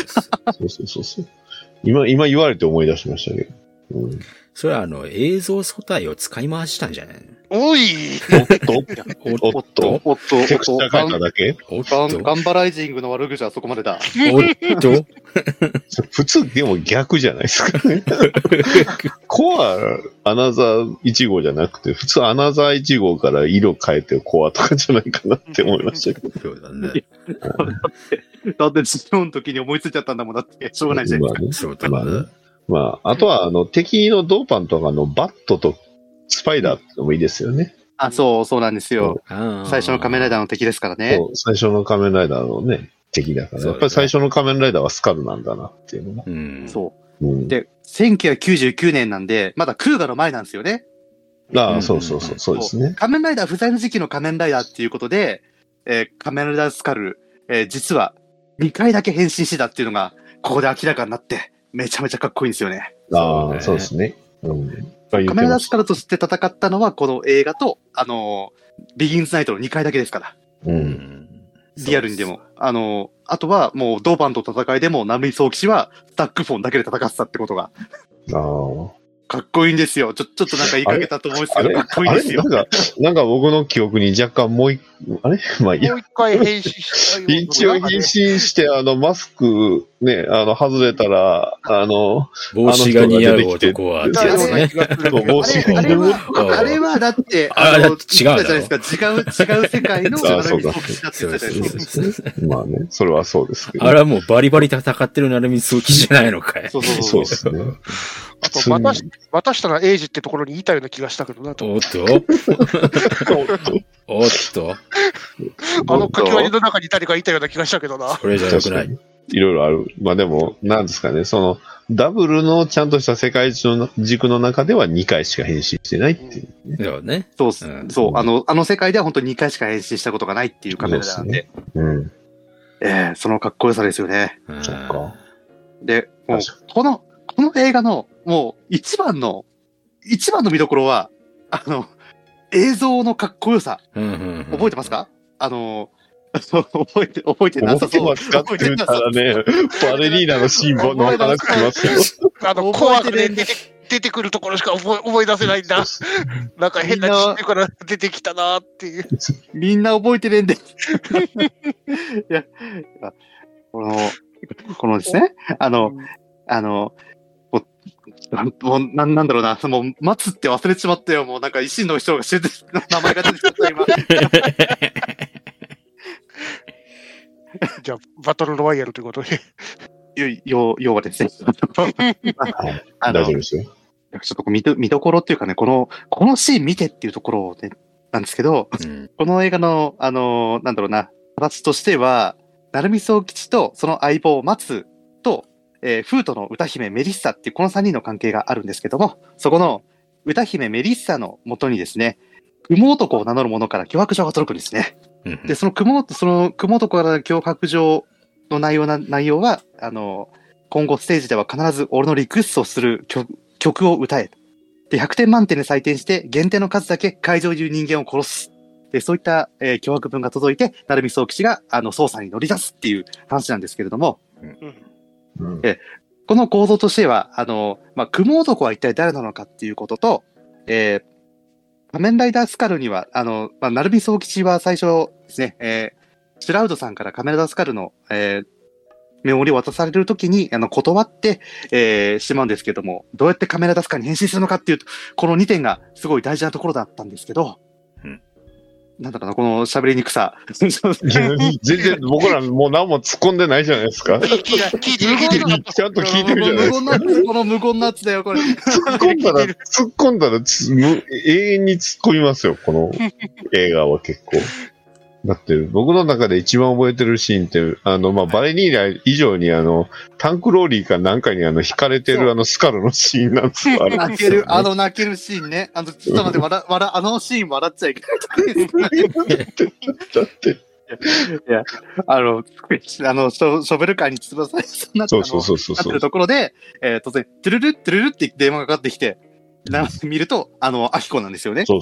今言われて思い出しましたけど。 それは映像素体を使い回したんじゃないの？ おいおっとテクスチャー変えただけ？ ガンバライジングの悪口はそこまでだ。 おっと普通でも逆じゃないですかね。コア、アナザー1号じゃなくて、普通アナザー1号から色変えてコアとかじゃないかなって思いましたけど。 そうだね。 だってジオの時に思いついちゃったんだもんだって、しょうがないじゃないですか。 そうだね。 まあ、あとは敵のドーパンとかのバットとスパイダーってのもいいですよね。 そうなんですよ。最初の仮面ライダーの敵ですからね。 最初の仮面ライダーのね、敵だから。やっぱり最初の仮面ライダーはスカルなんだなっていうのが。 そう。で、1999年なんで、まだクーガの前なんですよね。 そうですね。 仮面ライダー不在の時期の仮面ライダーっていうことで、仮面ライダースカル、実は2回だけ変身してたっていうのが、ここで明らかになって、めちゃめちゃかっこいいんですよね。 そうですね。 仮面ライダースカルとして戦ったのは、この映画と、ビギンズナイトの2回だけですから。リアルにでも。あとは、もう、ドーパンと戦いでも、ナミソウキシは、スタックフォンだけで戦ってたってことが。かっこいいんですよ。ちょっとなんか言いかけたと思うんですけど、かっこいいですよ。 なんか僕の記憶に若干もう一回変身したよ。 一応変身して、マスクね、外れたら、 帽子が似合う男は、ですね。 帽子が似合う。 あれはだって、 違うじゃないですか。違う世界の、 まあね、それはそうですけど。 あれはもうバリバリ戦ってる成光早紀じゃないのかい。 そうですね。 あと、渡したらエイジってところに言いたような気がしたけどなと。 おっと書き割りの中に誰かいたような気がしたけどな。 これじゃなくない。 いろいろある。まあでも、なんですかね、ダブルのちゃんとした世界軸の中では2回しか変身してないっていう、 ね。そうね。 そう、あの世界では本当に2回しか変身したことがないっていうカメラなんで。そのかっこよさですよね。 そっか。 で、もうこの映画の、もう一番の見どころは、映像のかっこよさ。覚えてますか？覚えてなさそう。 覚えてたらね、バレリーナのシーンの話しますよ。 怖くで出てくるところしか思い出せないんだ。なんか変なシーンから出てきたなっていう。 みんな覚えてねえんで。いや、このですね、もう、なんだろうな、もう、待つって忘れちまったよ。もう、なんか、維新の人が名前が出てきちゃった、今。 じゃあ、バトルロワイヤルということで。 要はですね。 大丈夫ですよ。 ちょっと見どころっていうかね、このシーン見てっていうところで、なんですけど、この映画の、なんだろうな、形としては、 成海宗吉とその相棒松と、フートの歌姫メリッサっていうこの3人の関係があるんですけども、そこの歌姫メリッサの元にですね、雲男を名乗る者から脅迫状が届くんですね。で、その雲男からの脅迫状の内容は、今後ステージでは必ず俺のリクエストをする曲を歌え。で、100点満点で採点して、限定の数だけ会場にいる人間を殺す。で、そういった、脅迫文が届いて、成海宗吉が、捜査に乗り出すっていう話なんですけれども、この構造としては、雲男は一体誰なのかっていうことと、仮面ライダースカルには、成海宗吉は最初ですね、シュラウドさんから仮面ライダースカルの、メモリを渡されるときに、断って、しまうんですけども、どうやって仮面ライダースカルに変身するのかっていうと、この2点がすごい大事なところだったんですけど、なんだかな、この喋りにくさ。 全然僕らもう何も突っ込んでないじゃないですか。 聞いてる。 ちゃんと聞いてるじゃないですか。 この無言なやつだよ、これ。 突っ込んだら永遠に突っ込みますよ、この映画は結構。だって僕の中で一番覚えてるシーンって、バレニーナ以上にタンクローリーかなんかに惹かれてるスカルのシーンなんですよ。 泣けるシーンね。ちょっと待って、あのシーン笑っちゃいけないとかですね。いや、ショベルカーに潰されそうになってるところで、突然、トゥルルトゥルルって電話がかかってきて、見ると、アキコなんですよね。 そう。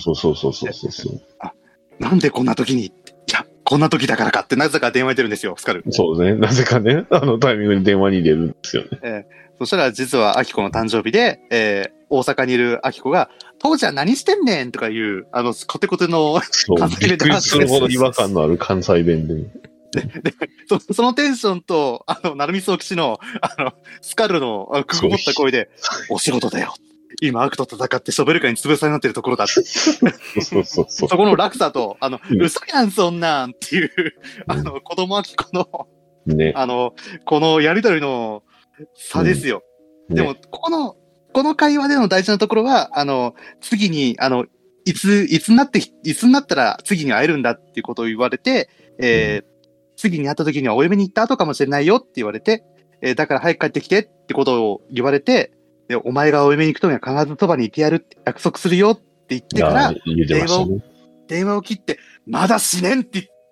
なんでこんな時にこんな時だからかって、なぜか電話に出るんですよ、スカル。 そうね。なぜかね、タイミングで電話に出るんですよね。 そしたら実はアキコの誕生日で、大阪にいるアキコが、父ちゃん何してんねんとかいう、コテコテの関西弁で。びっくりするほど違和感のある関西弁で。 でそのテンションと、成海宗吉の、スカルの、くぐもった声で、お仕事だよ。今、悪と戦ってショベルカーに潰されになってるところだって。そこの落差と、嘘やん、そんなんっていう、子供アキコの、 ね、 このやりとりの差ですよ。でも、この会話での大事なところは、次に、いつになったら次に会えるんだっていうことを言われて、次に会った時にはお嫁に行った後かもしれないよって言われて、だから早く帰ってきてってことを言われて、で、お前がお嫁に行くときは必ずそばにいてやるって約束するよって言ってから、電話を切って、まだ死ねんって言って、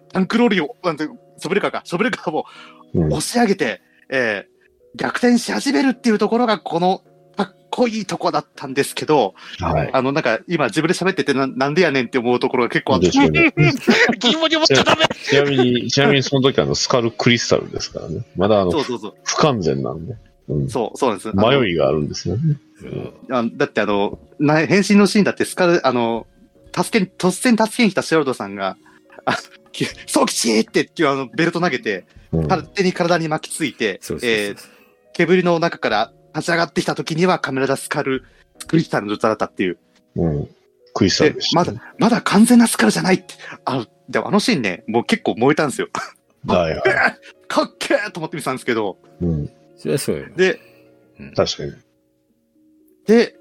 タンクローリーを、ショベルカーを押し上げて、逆転し始めるっていうところが、この、かっこいいとこだったんですけど、はい、なんか、今自分で喋っててなんでやねんって思うところが結構あって。 疑問に思っちゃダメちなみにその時スカルクリスタルですからね。まだ不完全なんで。 そうなんです。 迷いがあるんですよね。 だって変身のシーンだってスカル、突然助けに来たシェルドさんが、ソキチーってベルト投げて、勝手に体に巻きついて、煙の中から立ち上がってきた時にはカメラダスカル、クリスタルの状態だったっていう。 クリスタルでした、 ね。まだ完全なスカルじゃないって。でもシーンね、もう結構燃えたんですよ。かっけーと思って見てたんですけど。 そりゃそうよ。 で、確かに。 で、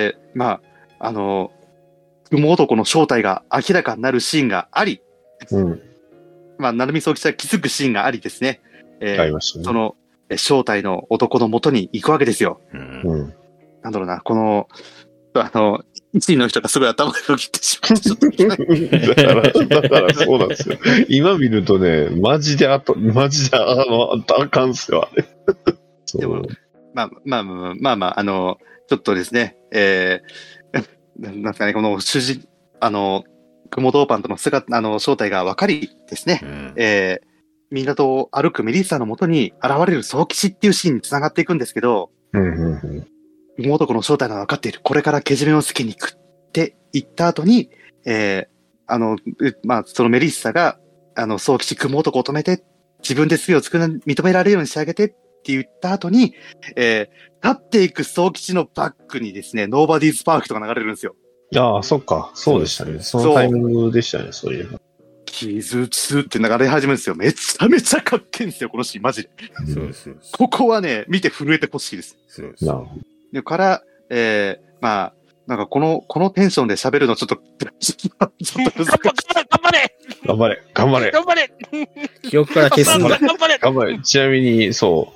雲男の正体が明らかになるシーンがあり、成海宗吉が気づくシーンがありですね。 ありましたね。 その、正体の男の元に行くわけですよ。なんだろうな、この、一位の人がすごい頭をよぎってしまって、ちょっとだからそうなんですよ。今見るとね、マジであかんっすよ、あれ。 でも、ちょっとですね、なんですかね、この雲ドーパンとの正体が分かりですね、港を歩くメリッサのもとに現れる宗吉っていうシーンに繋がっていくんですけど、雲男の正体が分かっている。これからけじめをつけに行くって言った後に、そのメリッサが、宗吉雲男を止めて、自分で罪を認められるようにしてあげてって言った後に、立っていく宗吉のバックにですね、ノーバディーズパーフェクトが流れるんですよ。 ああ、そっか。そうでしたね。そのタイミングでしたね、そういう。 傷つって流れ始めるんですよ。めちゃめちゃかっけえんですよ、このシーン、マジで。 そうです。ここはね、見て震えてほしいです。 そうです。 でから、 なんかこのテンションで喋るのちょっと難しい。 頑張れ頑張れ頑張れ頑張れ記憶から消すんだ。 頑張れ頑張れ。ちなみに、そう、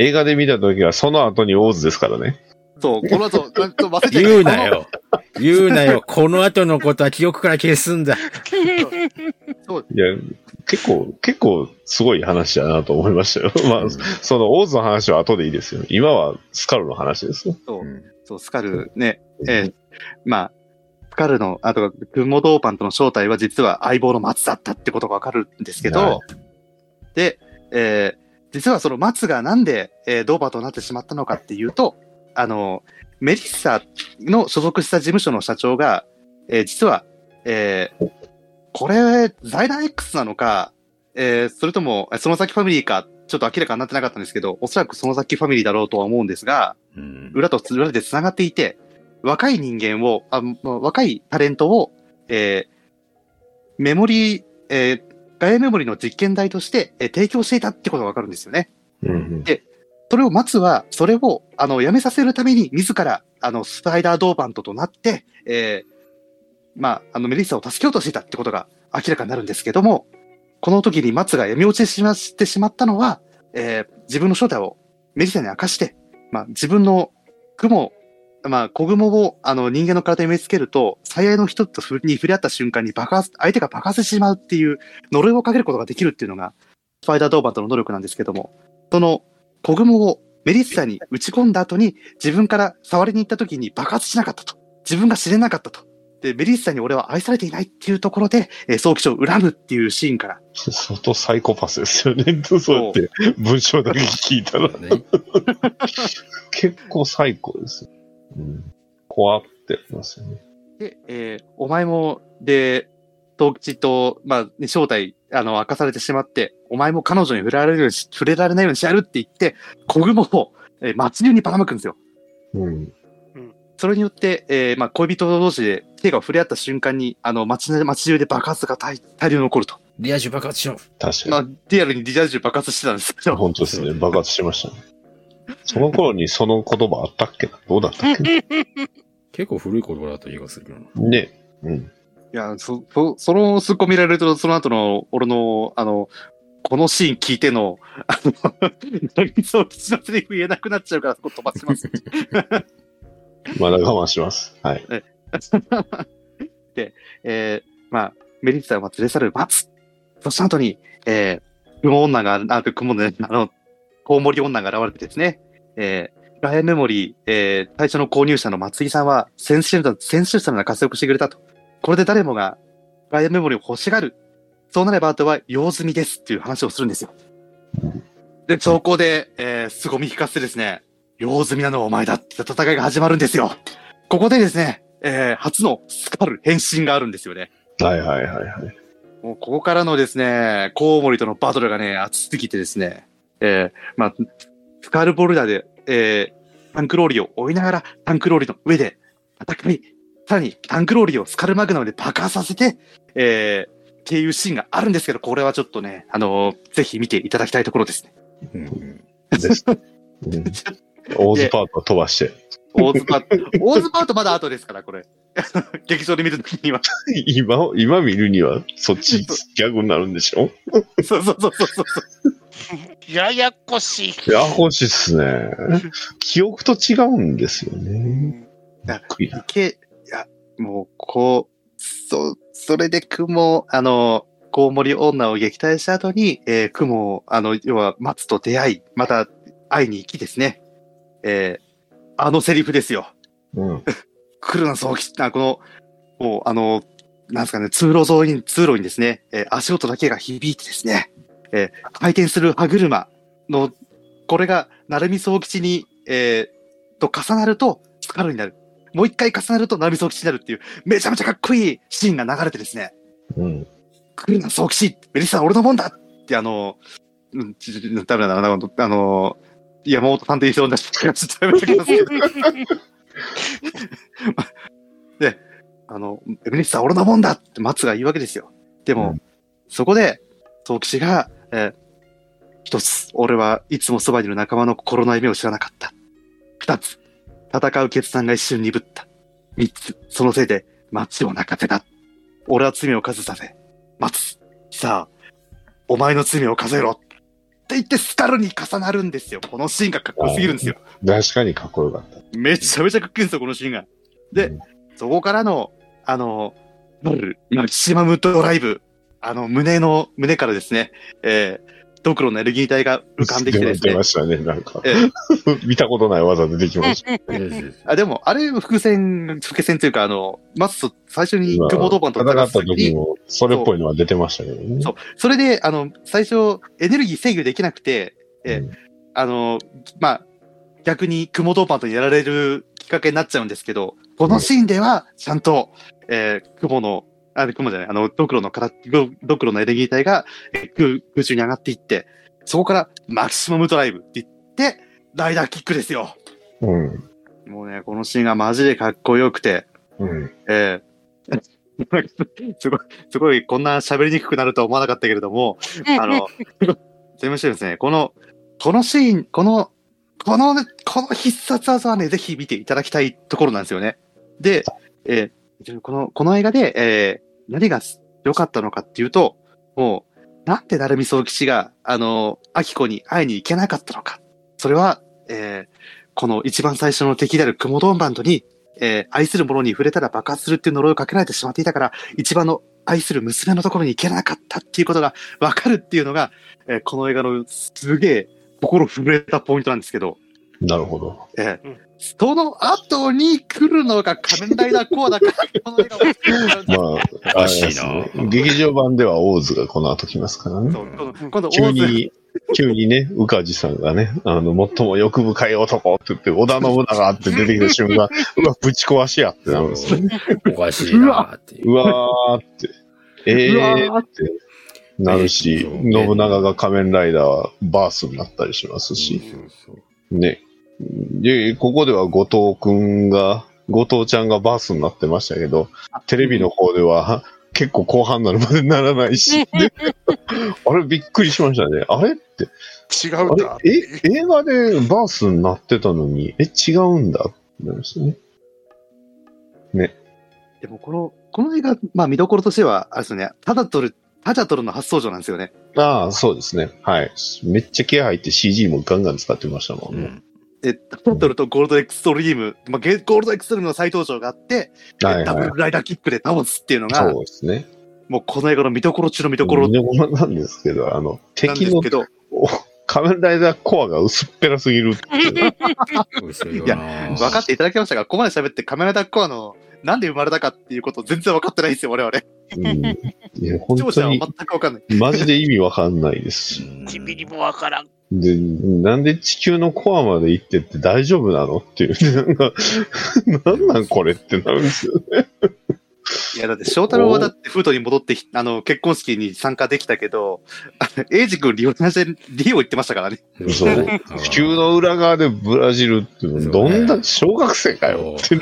映画で見たときはその後にオーズですからね。 そう、この後、忘れて言うなよ。言うなよ。この後のことは記憶から消すんだ。 そう。 いや、結構すごい話だなと思いましたよ。まあ、そのオーズの話は後でいいですよ。今はスカルの話ですね。 そう、スカルね。まあ、スカルの、あと、クモドーパントの正体は実は相棒の松だったってことがわかるんですけど、はい、で、実はその松がなんで、ドーパンとなってしまったのかっていうと、メリッサの所属した事務所の社長が、実は、これ、財団 X なのか、それとも、その先ファミリーか、ちょっと明らかになってなかったんですけど、おそらくその先ファミリーだろうとは思うんですが、裏で繋がっていて、若い人間を、若いタレントを、メモリー、ガイアメモリの実験台として、提供していたってことがわかるんですよね。で、それを松は、それを、やめさせるために、自ら、スパイダードーパントとなって、メリッサを助けようとしていたってことが明らかになるんですけども、この時に松が闇落ちしてしまったのは、自分の正体をメリッサに明かして、自分の小雲を、人間の体に植え付けると、最愛の人に触れ合った瞬間に相手が爆発してしまうっていう呪いをかけることができるっていうのが、スパイダードーパントの能力なんですけども、その、小雲をメリッサに打ち込んだ後に自分から触りに行った時に爆発しなかったと。自分が知れなかったと。で、メリッサに俺は愛されていないっていうところで、早期長を恨むっていうシーンから。 相当サイコパスですよね。そうやって文章だけ聞いたら。ね、結構サイコですよ。怖ってますよね。 で、お前も、で、東吉と、正体、明かされてしまって、お前も彼女に触れられないようにしてやるって言って、小雲を、街中にばらまくんですよ。それによって、恋人同士で手が触れ合った瞬間に、街中で爆発が大量に起こると。 リア充爆発しよう。 確かに。 リアルにリア充爆発してたんですけど。 本当ですね。爆発しましたね。その頃にその言葉あったっけな？どうだったっけ結構古い言葉だった気がするけどな。ね。 いや、そのすっこ見られると、その後の、俺の、このシーン聞いての、そう、吉のセリフ言えなくなっちゃうから、そこ飛ばします。 まだ我慢します。はい。 で、メリッサを連れ去る松。そした後に、雲女が、雲で、コウモリ女が現れてですね、ガイアメモリー、最初の購入者の松井さんは、センシュルな活躍してくれたと。これで誰もがガイアメモリーを欲しがる。そうなればあとは用済みですっていう話をするんですよ。で、そこで、凄み聞かせてですね、用済みなのはお前だって戦いが始まるんですよ。ここでですね、初のスカル変身があるんですよね。 はい。 もうここからのですね、コウモリとのバトルがね、熱すぎてですね、スカルボルダーで、タンクローリーを追いながら、タンクローリーの上で戦い、さらにタンクローリーをスカルマグナムで爆破させて、っていうシーンがあるんですけど、これはちょっとね、ぜひ見ていただきたいところですね。 オーズパート飛ばして。 オーズパートまだ後ですから、これ。劇場で見るときには。 今見るには、そっちギャグになるんでしょ？ そう。 ややこしい。 ややこしいっすね。記憶と違うんですよね。 もう、それでコウモリ女を撃退した後に、要は松と出会い、また会いに行きですね。セリフですよ。来るな、そうきた、なんですかね、通路にですね、足音だけが響いてですね、回転する歯車の、これが、鳴海宗吉に、と重なると、スカルになる。もう一回重なると鳴海宗吉になるっていう、めちゃめちゃかっこいいシーンが流れてですね。来るな、宗吉メリッサ俺のもんだってダメだな、山本さんと一緒に出して、ちょっとやめてきますけど。で、メリッサ俺のもんだって松が言うわけですよ。でも、そこで、宗吉が、一つ、俺はいつもそばにいる仲間の心の夢を知らなかった。二つ、戦う決断が一瞬鈍った。 3つ。そのせいで町を泣かせた。俺は罪を数させ。待つ。さあ、お前の罪を数えろ。って言ってスカルに重なるんですよ。このシーンがかっこよすぎるんですよ。 確かにかっこよかった。 めちゃめちゃかっこいいんですよ、このシーンが。で、そこからの、マキシマムドライブ。胸からですね、ドクロのエネルギー体が浮かんできてですね。 出ましたね、なんか。見たことない技出てきました。 でも、あれ、伏線というか、まず最初に雲ドーバンと戦った時も、それっぽいのは出てましたけどね。 そう。それで、最初、エネルギー制御できなくて、逆に雲ドーバンとやられるきっかけになっちゃうんですけど、このシーンでは、ちゃんと、ドクロのエネルギー体が、空中に上がっていって、そこからマキシマムドライブって言って、ライダーキックですよ。もうね、このシーンがマジでかっこよくて、すごいこんな喋りにくくなるとは思わなかったけれども、すいませんですね、このシーン、この必殺技はね、ぜひ見ていただきたいところなんですよね。で、この映画で、何が良かったのかっていうと、もう、なんで成海宗吉が、明子に会いに行けなかったのか。それは、この一番最初の敵であるクモドンバンドに、愛する者に触れたら爆発するっていう呪いをかけられてしまっていたから、一番の愛する娘のところに行けなかったっていうことがわかるっていうのが、この映画のすげえ心震えたポイントなんですけど。 なるほど。 その後に来るのが仮面ライダーコアだから、この映画は。まあ、らしいな。劇場版ではオーズがこの後来ますからね。 今度急にね、宇梶さんがね、最も欲深い男って言って、織田信長って出てきた瞬間、うわ、ぶち壊しやってなるんですよね。 おかしいなっていう。 うわーって、ってなるし、信長が仮面ライダーバースになったりしますし、ね。で、ここでは後藤ちゃんがバースになってましたけど、テレビの方では結構後半になるまでならないし、あれびっくりしましたね。あれって。 違うんだ。 映画でバースになってたのに、違うんだってなりましたね。ね。 でもこの映画、まあ見どころとしては、あれですよね、タジャトルの初登場なんですよね。 ああ、そうですね。はい。めっちゃ気合入って CG もガンガン使ってましたもんね。 タジャトルとゴールドエクストリーム、ゴールドエクストリームの再登場があって、ダブルライダーキックで倒すっていうのが、 そうですね。 もうこの映画の見どころ中の見どころ。 見どころなんですけど、敵の仮面ライダーコアが薄っぺらすぎるっていう。 いや、分かっていただけましたが、ここまで喋って仮面ライダーコアのなんで生まれたかっていうこと全然分かってないですよ、我々。 いや、本当に。 全く分かんない。 マジで意味分かんないですし。 1ミリも分からん。 で、なんで地球のコアまで行ってって大丈夫なのっていう。なんなんこれってなるんですよね。 いや、だって、翔太郎はだって、フートに戻って、結婚式に参加できたけど、エイジ君、リオを言ってましたからね。 そう。地球の裏側でブラジルって、どんな、小学生かよって。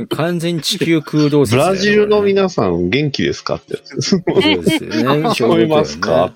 完全地球空洞説。 ブラジルの皆さん、元気ですかってやつ。そうですよね。 聞こえますか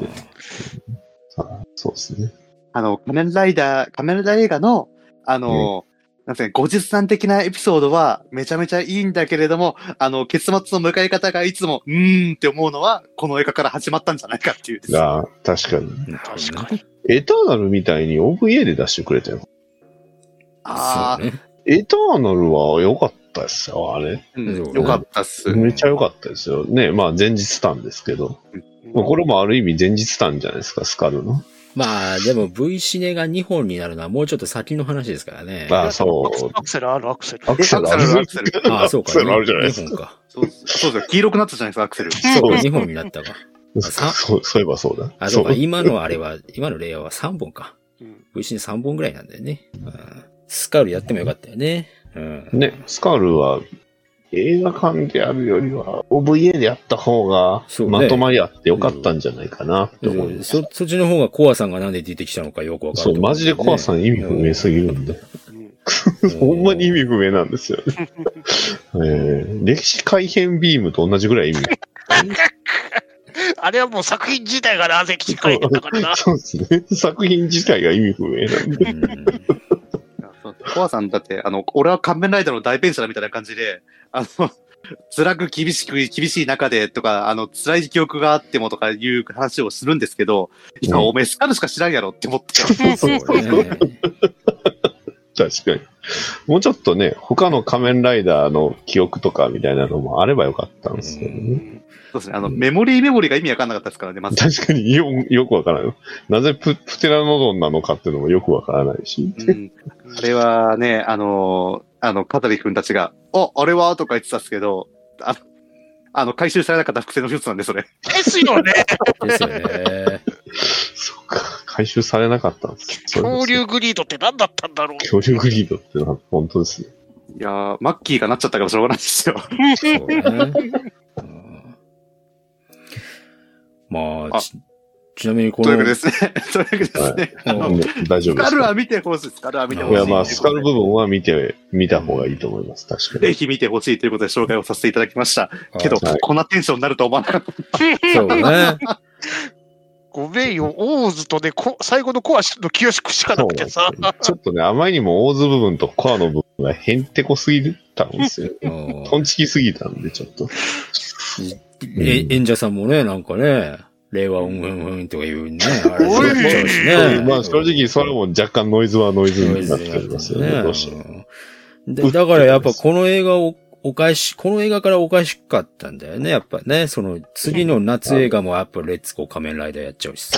そうですね。 仮面ライダー映画の、なんですかね、50歳的なエピソードはめちゃめちゃいいんだけれども、結末の迎え方がいつも、って思うのは、この映画から始まったんじゃないかっていう。 ああ、確かに。エターナルみたいに OVA で出してくれたよ。 ああ、 エターナルは良かったですよ、あれ。 良かったっす。 めっちゃ良かったですよ。ね、まあ前日短ですけど。これもある意味前日短じゃないですか、スカルの。 まあ、でも V シネが2本になるのはもうちょっと先の話ですからね。 ああ、そう。 アクセルある、アクセル。 アクセル。 ああ、そうか。 アクセルあるじゃないですか。2本か。 そうですよ。黄色くなったじゃないですか、アクセル。 そうか、2本になったか。 そういえばそうだ。 あ、そうか、今の令和は3本か。V シネ3本ぐらいなんだよね。スカールやってもよかったよね。 ね、スカールは、映画館でやるよりは、OVA でやった方が、まとまりあってよかったんじゃないかなって思います。 そっちの方がコアさんがなんで出てきたのかよくわかる。 そう、マジでコアさん意味不明すぎるんで。ほんまに意味不明なんですよね。歴史改変ビームと同じぐらい意味。 あれはもう作品自体がなぜ歴史改変だからな。 そうですね。作品自体が意味不明なんで。 コアさんだって、俺は仮面ライダーの代弁者だみたいな感じで、辛く厳しい中でとか、辛い記憶があってもとかいう話をするんですけど、いや、おめえスカルしか知らんやろって思って。そうね。 確かに。もうちょっとね、他の仮面ライダーの記憶とかみたいなのもあればよかったんですけどね。 そうですね。メモリーが意味わかんなかったですからね、まず。 確かによくわからない。なぜプテラノドンなのかっていうのもよくわからないし。 あれはね、カタリ君たちが、あれはとか言ってたんですけど、回収されなかった複製の一つなんで、それ。 ですよね。 ですよね。 そうか。回収されなかったんです。 恐竜グリードって何だったんだろう。 恐竜グリードってのは本当ですね。 いやー、マッキーがなっちゃったからしょうがないですよ。そうね。 まあ、ちなみにこの。 というわけですね。というわけですね。 大丈夫です。 スカルは見てほしい。スカルは見てほしい。 いや、まあ、スカル部分は見た方がいいと思います。確かに。 ぜひ見てほしいということで紹介をさせていただきました。けど、こんなテンションになると思わなかった。 そうね。 ごめんよ、オーズとね、最後のコアの清しくしかなくてさ。 ちょっとね、あまりにもオーズ部分とコアの部分がへんてこすぎたんですよ。トンチキすぎたんで、ちょっと。 演者さんもね、なんかね、令和うんとか言うね。あれね。まあ正直それも若干ノイズになっておりますよね。どうしても。 だからやっぱこの映画からおかしかったんだよね、やっぱね。その次の夏映画もやっぱレッツゴー仮面ライダーやっちゃうしさ。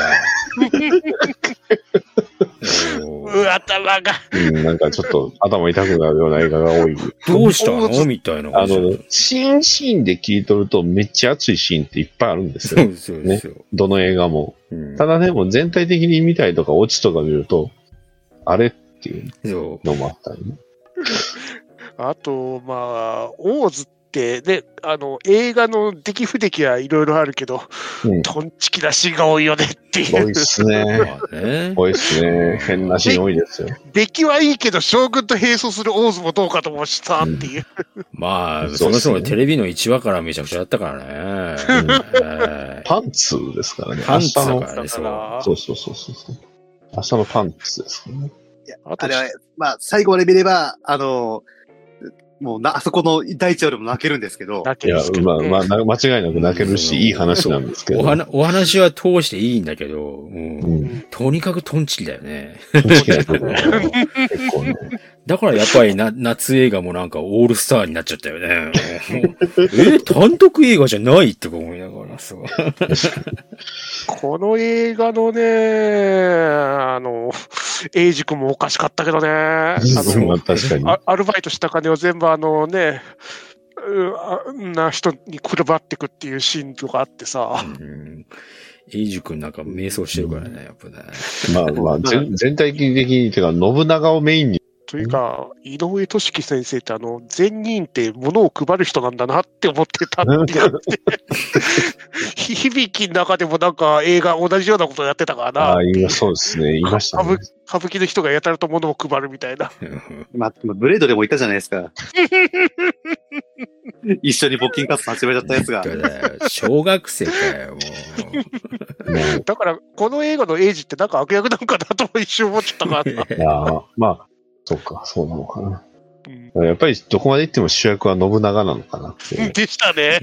頭が。 なんかちょっと頭痛くなるような映画が多い。 どうしたのみたいな。 シーンで切り取るとめっちゃ熱いシーンっていっぱいあるんですよ。 そうですよ。 ね。どの映画も。ただね、もう全体的に見たりとかオチとか見ると、あれっていうのもあったりね。 あと、まあ、オーズって、ね、映画の出来不出来はいろいろあるけど、トンチキなシーンが多いよねっていう。 多いっすね。多いっすね。変なシーン多いですよ。 出来はいいけど、将軍と並走するオーズもどうかと思うしさ、っていう。 まあ、その人もテレビの1話からめちゃくちゃやったからね。 パンツですからね。 パンツだからね、 そう。明日のパンツですからね。 いや、あれは、まあ、最後まで見れば、もうあそこの第一話でも泣けるんですけど。 いや、まあ、間違いなく泣けるし、いい話なんですけど。 お話は通していいんだけど、とにかくトンチキだよね。 トンチキだよね。結構ね。 だからやっぱり夏映画もなんかオールスターになっちゃったよね。単独映画じゃないって思いながらさ。 この映画のね、エイジ君もおかしかったけどね。 確かに。 アルバイトした金を全部な人に配ってくっていうシーンとかあってさ。 エイジ君なんか迷走してるからね、やっぱね。 まあ、全体的に、てか、信長をメインに。 というか、井上俊樹先生って善人って物を配る人なんだなって思ってたってやって、響きの中でもなんか映画同じようなことやってたからな。 そうですね。言いましたね。 歌舞伎の人がやたらと物を配るみたいな。 まあ、ブレードでもいたじゃないですか。一緒に募金活動始めちゃったやつが。 小学生かよ、もう。だから、この映画のエイジってなんか悪役なのかなと一瞬思っちゃったからな。まあ、そうか、そうなのかな。やっぱりどこまで行っても主役は信長なのかなって。 でしたね。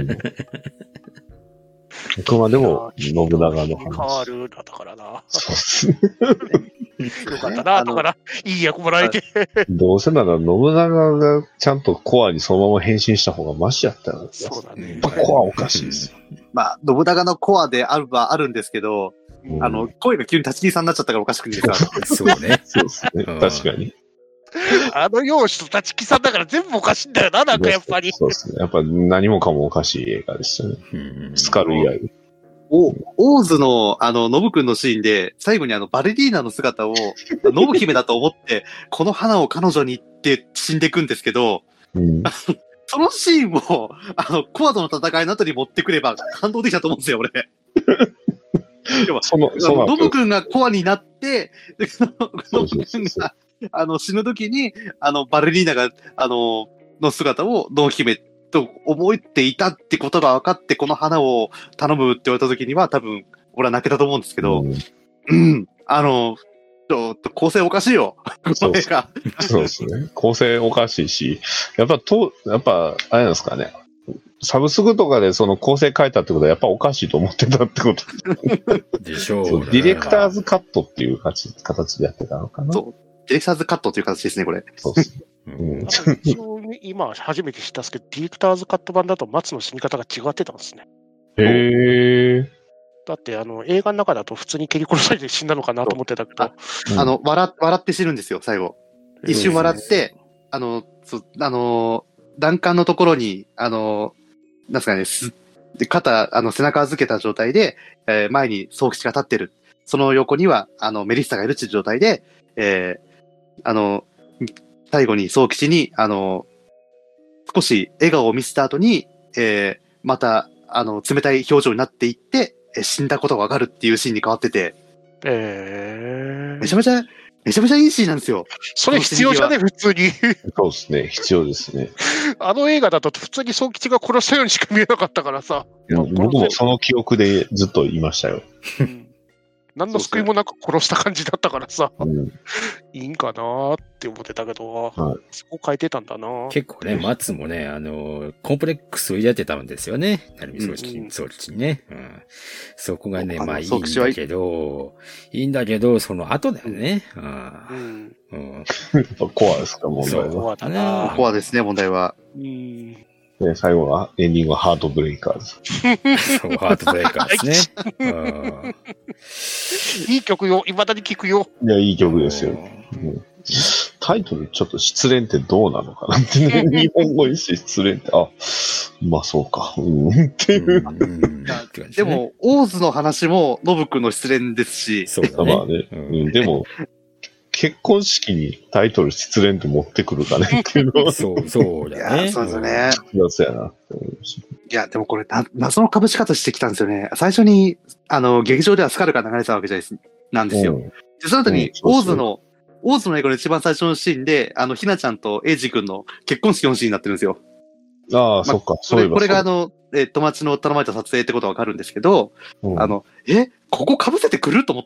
どこまでも信長の話。 変わるだからな。 そうですね。 よかったな、だから、いい役もらえて。 どうせなら信長がちゃんとコアにそのまま変身した方がマシやったら。 そうだね。 コアおかしいですよ。 まあ、信長のコアであるんですけど、声が急に立ち木さんになっちゃったからおかしくてさ。 そうね。 そうですね。確かに。 容姿と立木さんだから全部おかしいんだよな、なんかやっぱり。 そうですね。やっぱ何もかもおかしい映画でしたね。スカル以外。 オーズの、ノブ君のシーンで、最後にバレリーナの姿を、ノブ姫だと思って、この花を彼女にって死んでいくんですけど、そのシーンを、コアとの戦いの後に持ってくれば感動できたと思うんですよ、俺。ノブ君がコアになって、ノブ君が、死ぬ時に、バレリーナが、の姿をノブ姫と思っていたってことが分かって、この花を頼むって言われた時には、多分、俺は泣けたと思うんですけど、 ちょっと構成おかしいよ。これが。 そうですね。構成おかしいし、やっぱ、あれなんですかね。サブスクとかでその構成変えたってことはやっぱおかしいと思ってたってことでしょう、 ね。ディレクターズカットっていう形でやってたのかな。 そう。ディレクターズカットという形ですね、これ。 そうですね。 今初めて知ったんですけど、ディレクターズカット版だと松の死に方が違ってたんですね。 へー。 だって映画の中だと普通に蹴り殺されて死んだのかなと思ってたけど。 笑って死ぬんですよ、最後。一瞬笑って、欄干のところに、なんすかね、肩、背中預けた状態で、前に宗吉が立ってる。その横には、メリッサがいるっていう状態で、最後に宗吉に、少し笑顔を見せた後に、また、冷たい表情になっていって、死んだことがわかるっていうシーンに変わってて。めちゃめちゃいいシーンなんですよ。 それ必要じゃね、普通に。 そうですね、必要ですね。 映画だと普通に宗吉が殺したようにしか見えなかったからさ。 僕もその記憶でずっといましたよ。 何の救いもなく殺した感じだったからさ、いいんかなーって思ってたけど、そこ変えてたんだな。 結構ね、松もね、コンプレックスを抱いてたんですよね。成海宗吉にね。そこがね、まあいいんだけど、その後だよね。 コアですか、問題は。コアですね、問題は。 で、最後は、エンディングはハートブレイカーズ。 そう、ハートブレイカーですね。 いい曲よ、未だに聴くよ。 いや、いい曲ですよ。タイトル、ちょっと失恋ってどうなのかなってね。日本語にして失恋って、まあそうか。っていう。 でも、オーズの話も、ノブ君の失恋ですし。 そうだね。 まあね。でも、結婚式にタイトル失恋って持ってくるかねっていうのは。 そうだね。 そうですよね。 そうやな。 いや、でもこれ、謎の被し方してきたんですよね。最初に、劇場ではスカルが流れてたわけなんですよ。で、その後に、オーズの映画の一番最初のシーンで、ひなちゃんとエイジ君の結婚式のシーンになってるんですよ。 ああ、そっか。 これが友達の頼まれた撮影ってことはわかるんですけど、ここ被せてくると思って。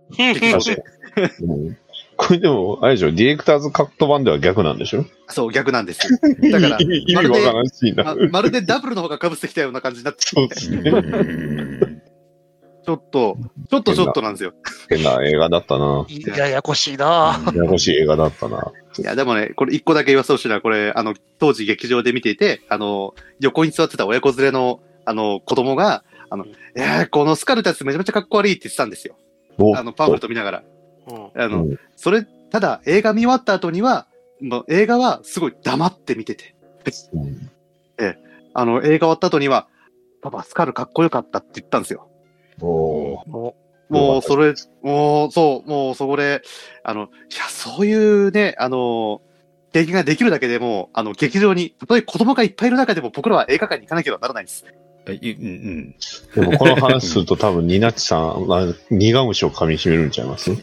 これでも、あれでしょ、ディレクターズカット版では逆なんでしょ？ そう、逆なんですよ。だから、 意味わからんしいな。 まるでダブルの方が被ってきたような感じになってそうですね。 ちょっとなんですよ。 変な映画だったな。 ややこしいな。 ややこしい映画だったな。 いや、でもね、これ一個だけ言わせてほしいのは、これ、当時劇場で見ていて、横に座ってた親子連れの、子供が、このスカルタスめちゃめちゃかっこ悪いって言ってたんですよ。パンフレット見ながら。ただ映画見終わった後には、映画はすごい黙って見てて。映画終わった後には、パパ、スカルかっこよかったって言ったんですよ。もうそこで、いや、そういうね、経験ができるだけでも、劇場に、たとえ子供がいっぱいいる中でも僕らは映画館に行かなければならないです。 でもこの話すると多分ニナッチさんは苦虫を噛み締めるんちゃいます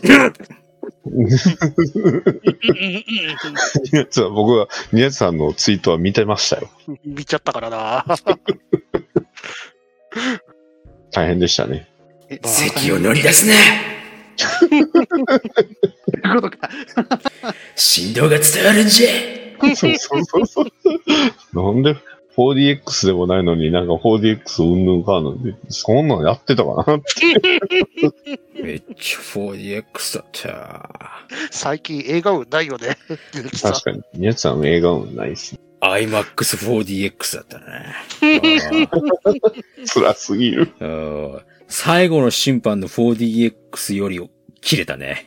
僕はニナッチさんのツイートは見てましたよ。 見ちゃったからな。 大変でしたね。 席を乗り出すな。振動が伝わるんじゃ。 そう。なんで4DX でもないのになんか 4DX うんぬんかんので、そんなのやってたかなって。 めっちゃ 4DX だった。 最近映画運ないよね。 確かに。宮地さんの映画運ないっすね。 IMAX4DX だったね。 辛すぎる。 最後の審判の 4DX より切れたね。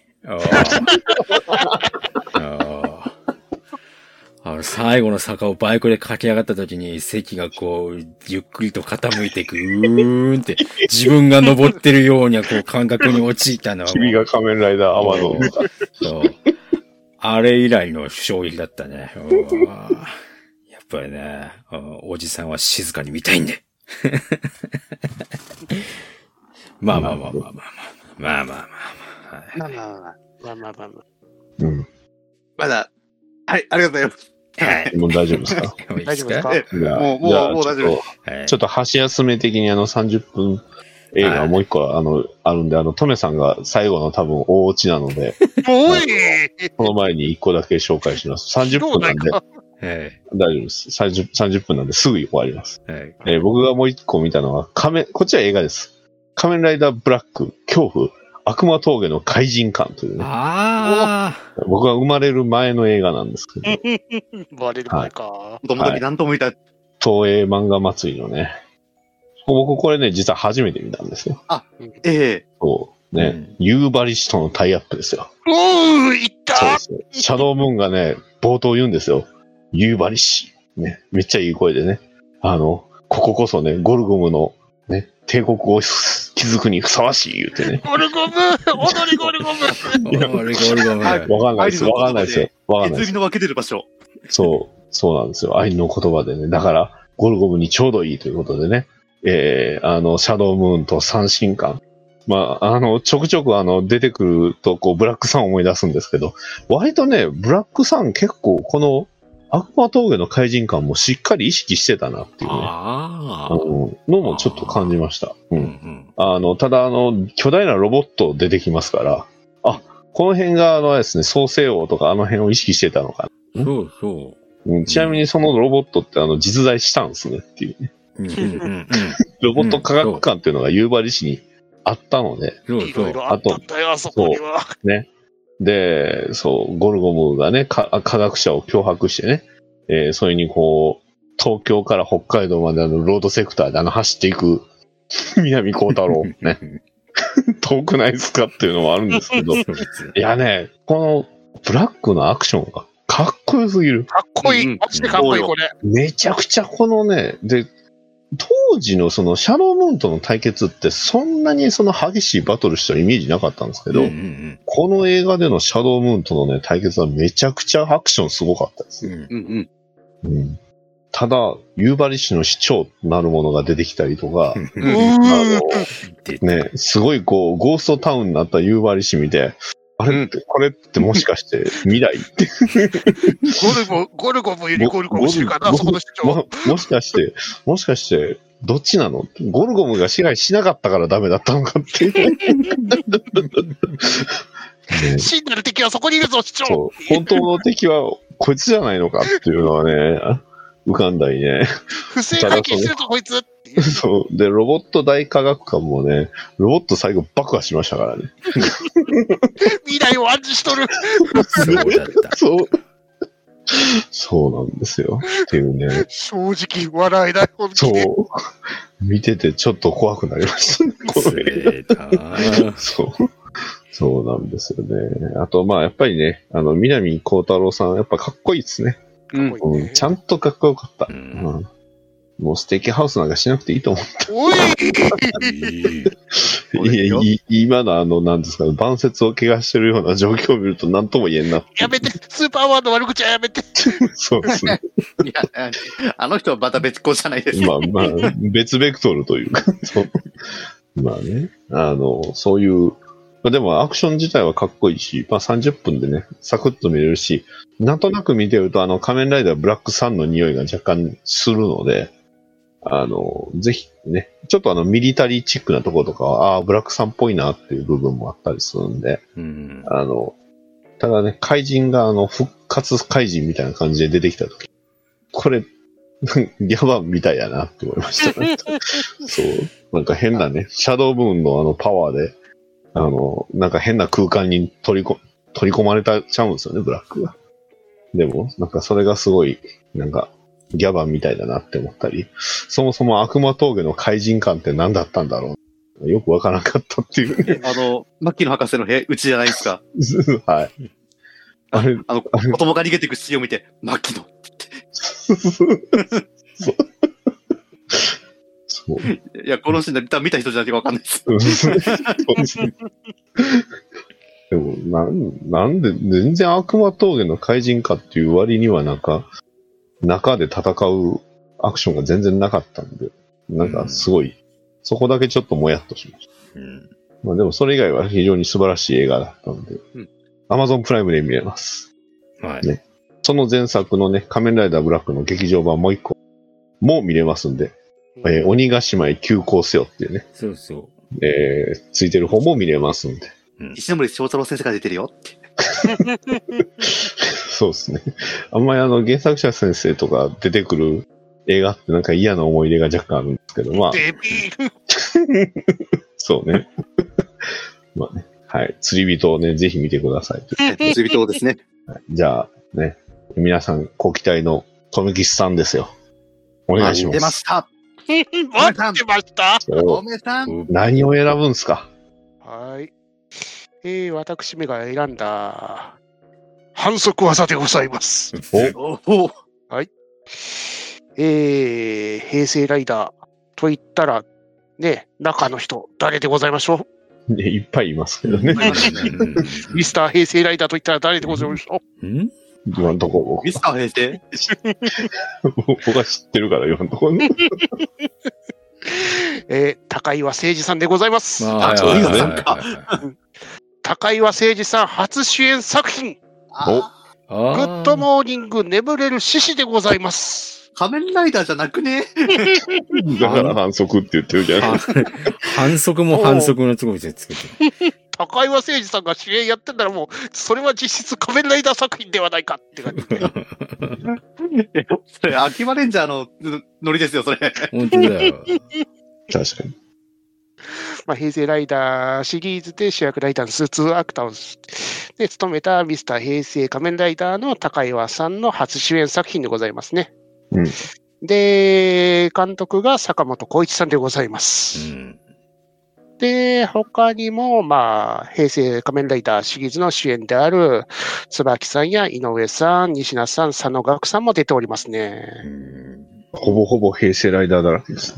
最後の坂をバイクで駆け上がった時に席がこう、ゆっくりと傾いていく、って、自分が登ってるようにはこう感覚に陥ったのは。 君が仮面ライダーアマゾン。 あれ以来の衝撃だったね。やっぱりね、おじさんは静かに見たいんで。まあ。 まだ、はい、ありがとうございます。 はい。 もう大丈夫ですか？ 大丈夫ですか？ もう大丈夫です。 ちょっと箸休め的に30分映画もう一個あるんで、トメさんが最後の多分大落ちなので、 おいこの前に一個だけ紹介します。30分なんで、大丈夫です。30分なんですぐ終わります。僕がもう一個見たのは、こっちは映画です。仮面ライダーブラック、恐怖、悪魔峠の怪人館というね。僕が生まれる前の映画なんですけど。 生まれる前か。 子供の時何とも見た。 東映漫画祭りのね。僕これね、実は初めて見たんですよ。そうね、夕張市とのタイアップですよ。 いったそうシャドームーンがね、冒頭言うんですよ。夕張市。ね、めっちゃいい声でね。こここそね、ゴルゴムのね、帝国を築くにふさわしい言うてね。 ゴルゴム踊りゴルゴムわかんないですよ。わかんないですよ。 血の分けてる場所。 そうなんですよ。愛の言葉でね。だから、ゴルゴムにちょうどいいということでね。シャドームーンと三神館。まあ、ちょくちょく出てくると、こう、ブラックサンを思い出すんですけど、割とね、ブラックサン結構、この、悪魔峠の怪人館もしっかり意識してたなっていうね。のもちょっと感じました。ただ、巨大なロボット出てきますから、この辺が、ですね、創世王とかあの辺を意識してたのかな。ちなみにそのロボットって実在したんですねっていうね。ロボット科学館っていうのが夕張市にあったので、 いろいろあったんだよ、あそこには。 ね。で、ゴルゴムがね、科学者を脅迫してね、それにこう、東京から北海道までロードセクターで走っていく南光太郎ね。遠くないですかっていうのもあるんですけど、いやね、このブラックのアクションがかっこよすぎる。 かっこいい。マジでかっこいい、これ。 めちゃくちゃこのね、で、当時のそのシャドームーンとの対決ってそんなにその激しいバトルしたイメージなかったんですけど、この映画でのシャドームーンとのね、対決はめちゃくちゃアクションすごかったです。ただ、夕張市の市長なるものが出てきたりとか、ね、すごいこう、ゴーストタウンになった夕張市見て、あれって、これってもしかして未来ってゴルゴムよりゴルゴムしてるかな、そこの市長。 もしかして、どっちなのゴルゴムが支配しなかったからダメだったのかっていう。 真なる敵はそこにいるぞ、市長。 本当の敵はこいつじゃないのかっていうのはね、浮かんだりね。 不正会計してるぞ、こいつ。 そう。で、ロボット大科学館もね、ロボット最後爆破しましたからね。 未来を暗示しとる。 そうなんですよ。っていうね。 正直笑えない、本当に。 そう。見ててちょっと怖くなりましたね、この映画。そうなんですよね。あと、まあ、やっぱりね、南光太郎さん、やっぱかっこいいですね。ちゃんとかっこよかった。もうステーキハウスなんかしなくていいと思った。 おい今のなんですか、晩節を怪我してるような状況を見ると何とも言えんな。 やめて、スーパーワンの悪口はやめて。 そうですね。 いや、あの人はまた別個じゃないですか。まあ、別ベクトルというか。まあね、そういう、でもアクション自体はかっこいいし、まあ30分でね、サクッと見れるし、なんとなく見てると仮面ライダーブラックサンの匂いが若干するので、ぜひね、ちょっとミリタリーチックなところとかは、ブラックサンっぽいなっていう部分もあったりするんで、ただね、怪人が復活怪人みたいな感じで出てきたとき、これ、ギャバンみたいやなって思いましたね。そう。なんか変なね、シャドームーンのパワーで、なんか変な空間に取り込まれちゃうんですよね、ブラックが。でも、なんかそれがすごい、なんか、ギャバンみたいだなって思ったり、そもそも悪魔峠の怪人館って何だったんだろう。よくわからなかったっていうね。 牧野博士の部屋、うちじゃないですか。 はい。 子供が逃げていくシーンを見て、牧野って言って。そう。いや、このシーン見た人じゃなくてわかんないです。そうですね。 でも、なんで、全然悪魔峠の怪人かっていう割にはなんか、中で戦うアクションが全然なかったんで、なんかすごい、そこだけちょっともやっとしました。まあでもそれ以外は非常に素晴らしい映画だったので、Amazon プライムで見れます。 はい。 ね。その前作のね、仮面ライダーブラックの劇場版もう一個も見れますんで、鬼ヶ島へ急行せよっていうね。 そうそう。 ついてる方も見れますんで。 石森章太郎先生が出てるよって。 そうですね。あんまり原作者先生とか出てくる映画ってなんか嫌な思い出が若干あるんですけど、まあ。 デビーそうね。まあね。はい。釣り人をね、ぜひ見てください。 釣り人ですね。 はい、じゃあね、皆さんご期待の富吉さんですよ。お願いします。 出ました。 待ってました。 おめさん。 何を選ぶんですか？ はい。私めが選んだ反則技でございます。 おはい。平成ライダーと言ったら、ね、中の人、誰でございましょう？ね、いっぱいいますけどね。 ミスター平成ライダーと言ったら誰でございましょう？ 今のところ。 ミスター平成僕は知ってるから、今のところね。 高岩誠二さんでございます。 高岩さんか。 高岩誠二さん初主演作品。グッドモーニング眠れる獅子でございます。 仮面ライダーじゃなくね？ だから反則って言ってるじゃん。 反則も反則のつもりでつけてる。 高岩誠二さんが主演やってんだらもう、それは実質仮面ライダー作品ではないかって感じ。 それ、秋葉レンジャーのノリですよ、それ。 本当だよ。 確かに。 まあ、平成ライダーシリーズで主役ライダーのスーツアクターをで務めたミスター平成仮面ライダーの高岩さんの初主演作品でございますね。 うん、 で、監督が坂本浩一さんでございます。で、他にも、まあ、平成仮面ライダーシリーズの主演である椿さんや井上さん、西名さん、佐野岳さんも出ておりますね。 ほぼほぼ平成ライダーだらけです。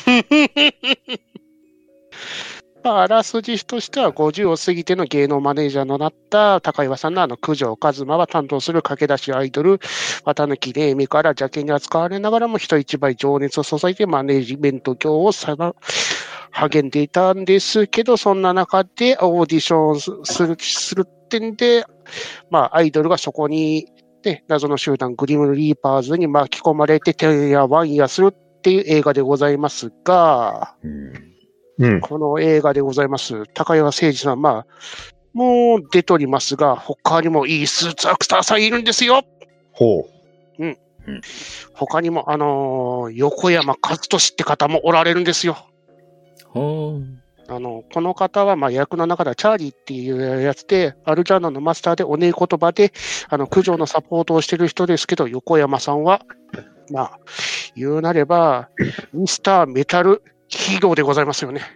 あらすじとしては50を過ぎての芸能マネージャーとなった高岩さんの九条一馬は担当する駆け出しアイドル綿貫玲美から邪気に扱われながらも人一倍情熱を注いでマネージメント業を励んでいたんですけど、そんな中でオーディションする点で、まあアイドルがそこに、ね、謎の集団グリムリーパーズに巻き込まれててんやわんやするっていう映画でございますが、この映画でございます。高岩誠二さん、まあ、もう出ておりますが、他にもいいスーツアクターさんいるんですよ。 ほう。他にも、横山和俊って方もおられるんですよ。この方は、まあ、役の中ではチャーリーっていうやつで、アルジャーノのマスターでおねえ言葉で、九条のサポートをしてる人ですけど、横山さんは、まあ、言うなれば、ミスターメタルヒーローでございますよね。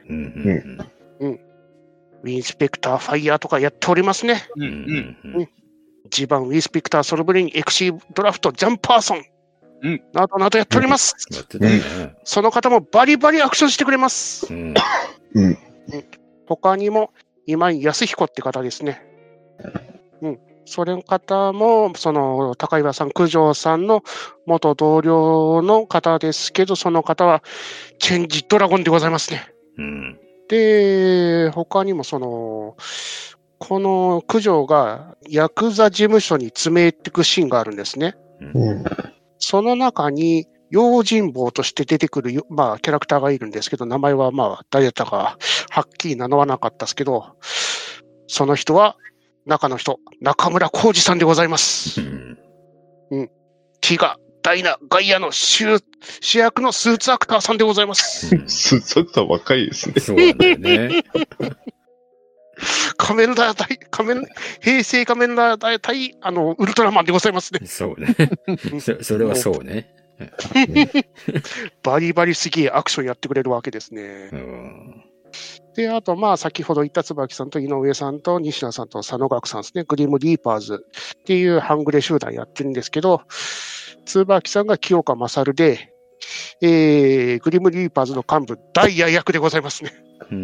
ウィンスペクターファイヤーとかやっておりますね。G 版ウィンスペクターソルブリンエクシードラフトジャンパーソンなどなどやっております。その方もバリバリアクションしてくれます。他にも今井康彦って方ですね。それの方も、その高岩さん、九条さんの元同僚の方ですけど、その方はチェンジドラゴンでございますね。で、他にもこの九条がヤクザ事務所に詰めていくシーンがあるんですね。その中に用心棒として出てくる、まあ、キャラクターがいるんですけど、名前はまあ誰だったかはっきり名乗らなかったですけど、その人は中の人、中村浩二さんでございます。ティガ、ダイナ、ガイアの主役のスーツアクターさんでございます。 スーツアクターばっかりですね。 そうなんだよね。 仮面ライダー平成仮面ライダー対、ウルトラマンでございますね。 そうね。それはそうね。 バリバリすげえアクションやってくれるわけですね。で、あと、まあ、先ほど言った椿さんと井上さんと西名さんと佐野岳さんですね、グリムリーパーズっていう半グレ集団やってるんですけど、椿さんが清岡勝で、グリムリーパーズの幹部、ダイヤ役でございますね。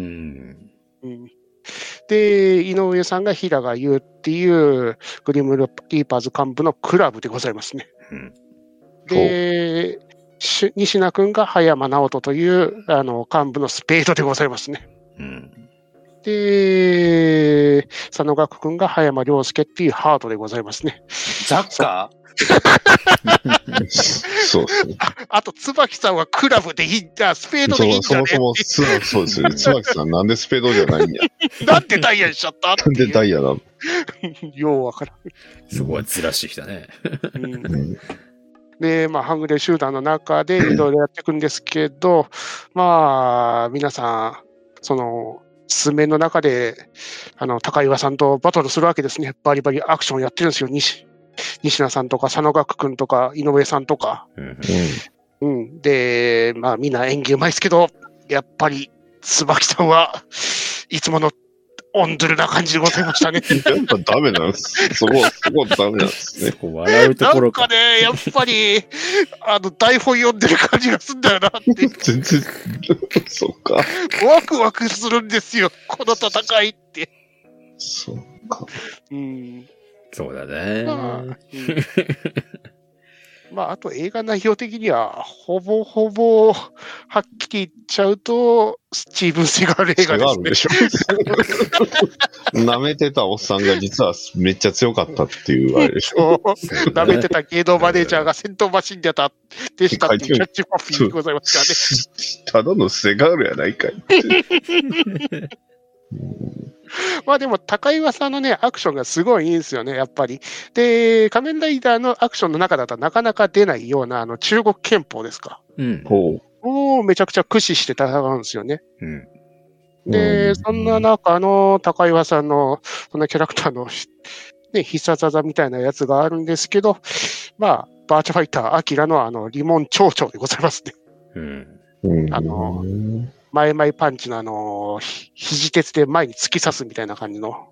で、井上さんが平賀優っていうグリムリーパーズ幹部のクラブでございますね。で、西名君が葉山直人という幹部のスペードでございますね。で、佐野岳君が葉山良介っていうハードでございますね。 ザッカそうですね。 あと、椿さんはクラブでいいんだ、スペードでいいんだね。 そもそも、そうですね。椿さんなんでスペードじゃないんや。 なんでダイヤにしちゃったなんでダイヤなのようわからん。 そこはずらしてきたね。 で、半グレ集団の中でいろいろやっていくんですけど、皆さん、数面の中で、高岩さんとバトルするわけですね。バリバリアクションやってるんですよ。西名さんとか、佐野岳くんとか、井上さんとか。で、みんな演技うまいですけど、やっぱり、椿さんはいつものオンドゥルな感じでございましたね。 やっぱダメなんです。そこダメなんですね。 笑うところなんかね、やっぱり、台本読んでる感じがするんだよなって。 全然、そうか。 ワクワクするんですよ、この戦いって。 そうか。 そうだね。 あと映画内容的には、ほぼほぼ、はっきり言っちゃうと、スティーブン・セガール映画ですね。 舐めてたおっさんが実はめっちゃ強かったっていうあれでしょ。 舐めてた芸能マネージャーが戦闘マシンでしたっていうキャッチコピーでございますからね。ただのセガールやないかい。 でも、高岩さんのね、アクションがすごいいいんですよね、やっぱり。で、仮面ライダーのアクションの中だとなかなか出ないような、中国拳法ですか。をめちゃくちゃ駆使して戦うんですよね。で、そんな中の高岩さんの、そんなキャラクターの、ね、必殺技みたいなやつがあるんですけど、バーチャファイター、アキラのリモン蝶々でございますね。前々パンチの肘鉄で前に突き刺すみたいな感じの。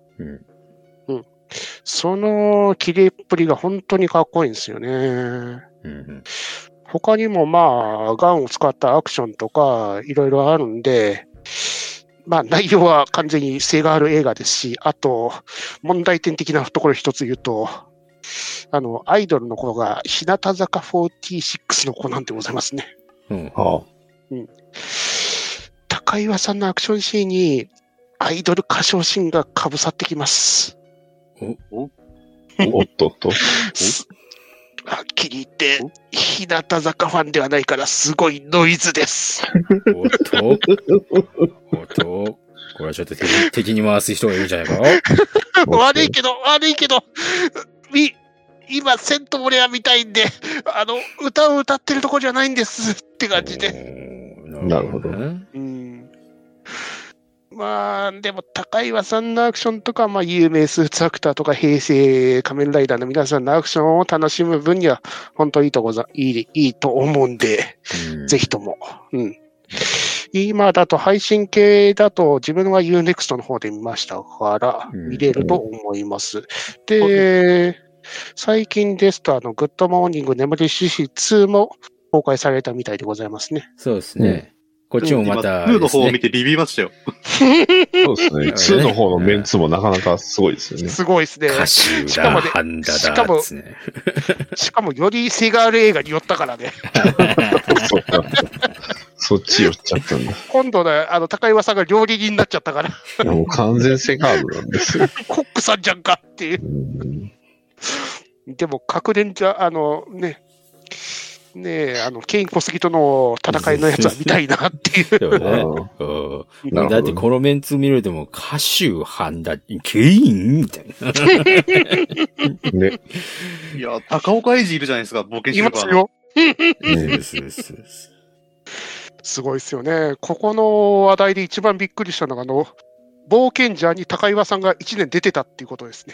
その綺麗っぷりが本当にかっこいいんですよね。他にもガンを使ったアクションとかいろいろあるんで、内容は完全にセガール映画ですし、あと問題点的なところ一つ言うと、アイドルの子が日向坂46の子なんてございますね。高岩さんのアクションシーンにアイドル歌唱シーンがかぶさってきます。 おっとはっきり言って、日向坂ファンではないからすごいノイズです。 おっとこれはちょっと敵に回す人がいるんじゃないか悪いけど、今、セントモレアみたいんで、歌を歌ってるとこじゃないんですって感じで。 なるほど。 でも、高岩さんのアクションとか、有名スーツアクターとか、平成仮面ライダーの皆さんのアクションを楽しむ分には、本当にいいと思うんで、ぜひとも。今だと配信系だと自分は Unext の方で見ましたから見れると思います。で、最近ですとグッドモーニング眠り獅子2も公開されたみたいでございますね。 そうですね。こっちもまた、 2の方を見てビビりましたよ。 そうですね。2の方のメンツもなかなかすごいですよね。 すごいですね。 しかもしかもよりセガール映画に寄ったからね。 そっち寄っちゃったんだ。 今度ね、高岩さんが料理人になっちゃったから。 いやもう完全セガールなんですよ。 コックさんじゃんかっていう。でも、隠れんじゃ、ケイン小杉との戦いのやつは見たいなっていう。 だってこのメンツ見るとも歌手半田、ケインみたいな。 ね。いや、高岡英二いるじゃないですか、冒険シルバーの。 いますよ。すごいですよね。ここの話題で一番びっくりしたのが、冒険者に高岩さんが1年出てたっていうことですね。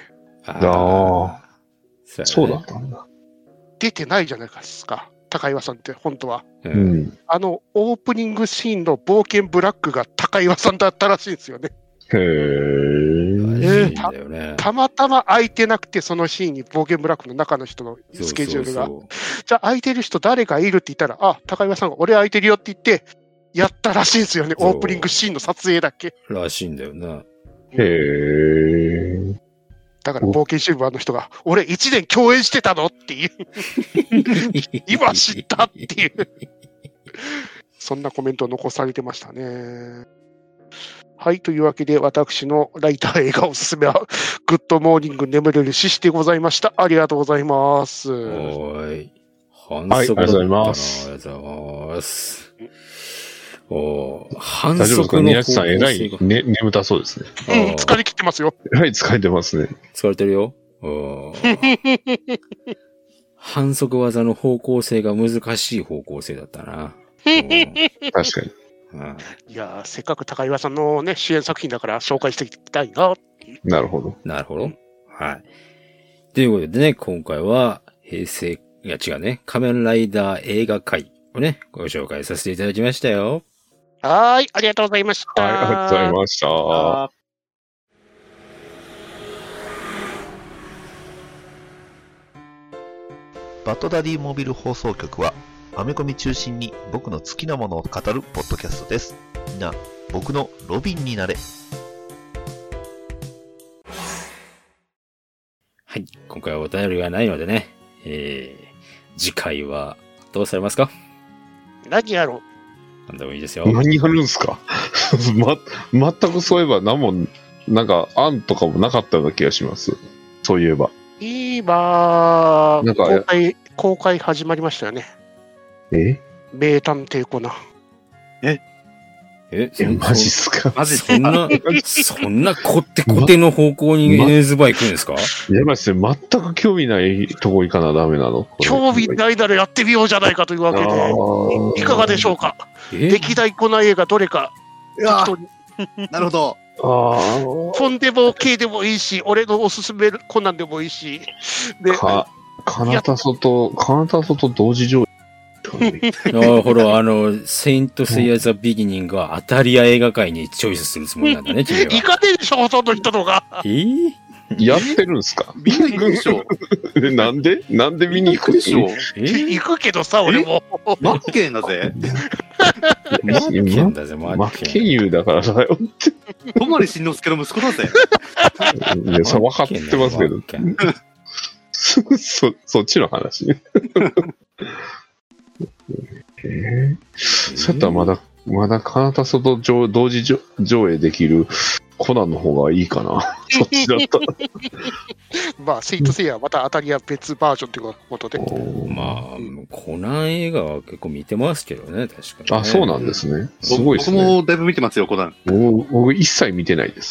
そうだったんだ。 出てないじゃないですか。高岩さんって本当は、オープニングシーンの冒険ブラックが高岩さんだったらしいんですよね。たまたま空いてなくて、そのシーンに冒険ブラックの中の人のスケジュールが。じゃあ空いてる人誰かいるって言ったら、高岩さんが俺空いてるよって言って、やったらしいんですよね。オープニングシーンの撮影だけ。 らしいんだよな。 だから冒険シルバーの人が、俺1年共演してたのっていう。今知ったっていう。そんなコメントを残されてましたね。 はい。というわけで、私のライター映画おすすめは、グッドモーニング眠れる獅子でございました。ありがとうございます。 はい。 反則だったな。ありがとうございます。 ありがとうございます。 反則の宮地さん、えらい、眠たそうですね。 疲れ切ってますよ。 えらい疲れてますね。 疲れてるよ。反則技の方向性が難しい方向性だったな。 確かに。 いやせっかく高岩さんのね、主演作品だから紹介していきたいな。 なるほど。 なるほど。はい。ということでね、今回は、違うね、仮面ライダー映画会をね、ご紹介させていただきましたよ。 はい、ありがとうございました。 はい、ありがとうございました。 バッドダディモビル放送局は、アメコミ中心に僕の好きなものを語るポッドキャストです。みんな、僕のロビンになれ。 はい、今回はお便りがないのでね、次回はどうされますか？ 何やろう？ なんでもいいですよ。 何やるんすか全くそういえば何も、なんか案とかもなかったような気がします。そういえば。 今、公開始まりましたよね。名探偵コナン。 マジっすか？ マジそんなコテコテの方向にエネズバ行くんですか？ やばいっすね。全く興味ないとこ行かなダメなの。 興味ないならやってみようじゃないかというわけで、いかがでしょうか？歴代コナン映画どれか。 なるほど。 とんでも系でもいいし、俺のおすすめコナンでもいいし。 かなたそと同時上映。 ほら、セイントセイヤザビギニングは当たり屋映画界にチョイスするつもりなんだね、君は。 行かねえでしょ、ほとんど人のが。 やってるんすか？ 見に行くでしょ。 なんで見に行くでしょ？ 行くけどさ、俺も。 マッケンだぜ。 マッケンだぜ、 マッケンユーだからだよって。 泊慎之介の息子だぜ。 いや、分かってますけど。そっちの話ね。そうやったらまだカナタソと同時上映できるコナンの方がいいかな。そっちだったら。 まあ、セイントセイヤはまた当たり屋別バージョンということで。 まあ、コナン映画は結構見てますけどね、確かに、ね。 あ、そうなんですね。すごいですね。 僕もだいぶ見てますよ、コナン。 僕一切見てないです。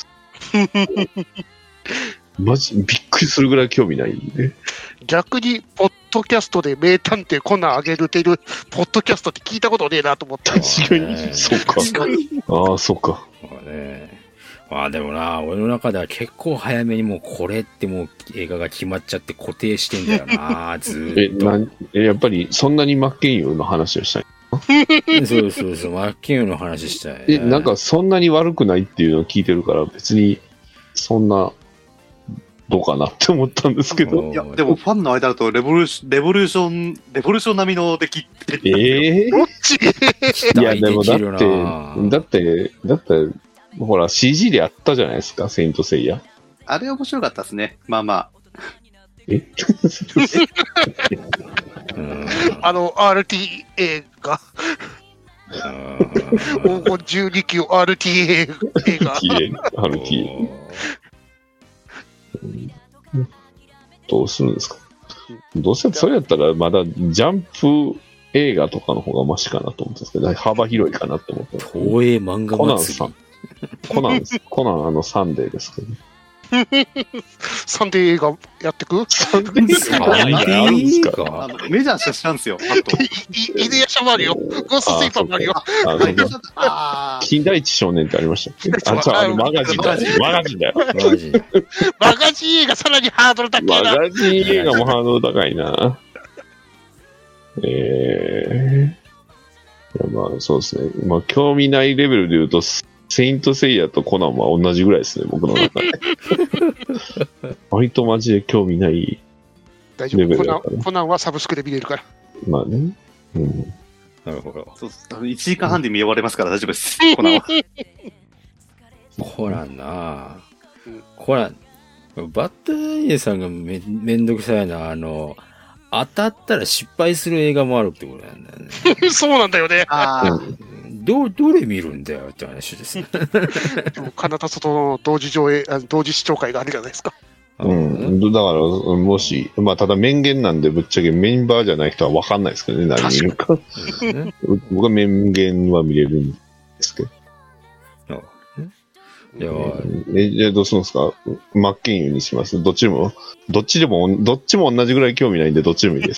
マジ、びっくりするぐらい興味ないんで。 逆に、ポッドキャストで名探偵コナン上げるてる、ポッドキャストって聞いたことねえなと思って。 確かに。そうか。ああ、そうか。 まあでもな、俺の中では結構早めにもうこれってもう映画が決まっちゃって固定してんだよな、ずーっと。やっぱりそんなにマッケンユーの話をしたいそう、マッケンユーの話したい、ね。 なんかそんなに悪くないっていうのを聞いてるから別にそんなどうかなって思ったんですけど。 いや、でもファンの間だとレボリューション並みの出来って。 どっち？ いや、でもだってほら CG でやったじゃないですか、セイントセイヤ。 あれ面白かったですね。まあまあ。 RTA が。黄金12級 RTA 映画。 RTA。どうするんですか？どうせそれやったらまだジャンプ映画とかの方がマシかなと思ったんですけど、幅広いかなって思ったんですけど。 東映漫画祭り。 コナンサンデーですけど。 サンデー映画やってく？ サンデー映画メジャーしか知らんすよ。 犬夜叉もあるよ。ゴーストスイーパーもあるよ。 金田一少年ってありましたっけ？マガジンだよ。マガジン映画さらにハードル高いな。 マガジン映画もハードル高いな。いやまあそうですね。まあ興味ないレベルで言うと、セイントセイヤとコナンは同じぐらいですね、僕の中で。割とマジで興味ないレベルだから。大丈夫、コナンはサブスクで見れるから。 まあね。 なるほど。 そう1時間半で見終われますから大丈夫です、コナンは。 コナンなコナン、バッドダディさんがめんどくさいな、当たったら失敗する映画もあるってことなんだよね。 そうなんだよね。 どれ見るんだよって話です。 カナダ外の同時上映、同時視聴会があるじゃないですか。 だから、もし、ただ面言なんで、ぶっちゃけメンバーじゃない人は分かんないですけどね、何見るか。僕は面言は見れるんですけど。じゃあどうするんですか？真っ健優にします？どっちも同じぐらい興味ないんで、どっちでもいいです。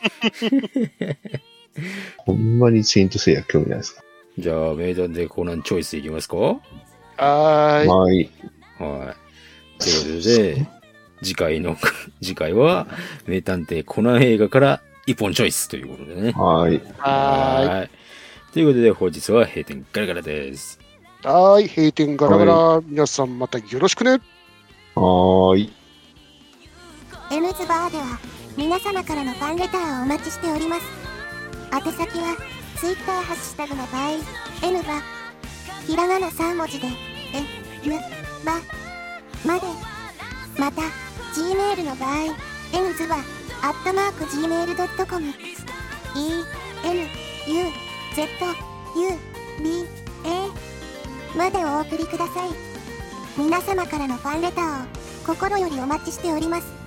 ほんまにセイントセイヤ興味ないですか？ じゃあ、名探偵コナンチョイスいきますか？ はい。 ということで、次回は、名探偵コナン映画から一本チョイスということでね。 はい。 ということで、本日は閉店ガラガラです。 はい、閉店ガラガラ、皆さんまたよろしくね。 N ズバーでは皆様からのファンレターをお待ちしております。宛先は Twitter ハッシュタグの場合 N バひらがな3文字で N バまで、また Gmail の場合 N ズバ@gmail.com ENUZUBAまでお送りください。皆様からのファンレターを心よりお待ちしております。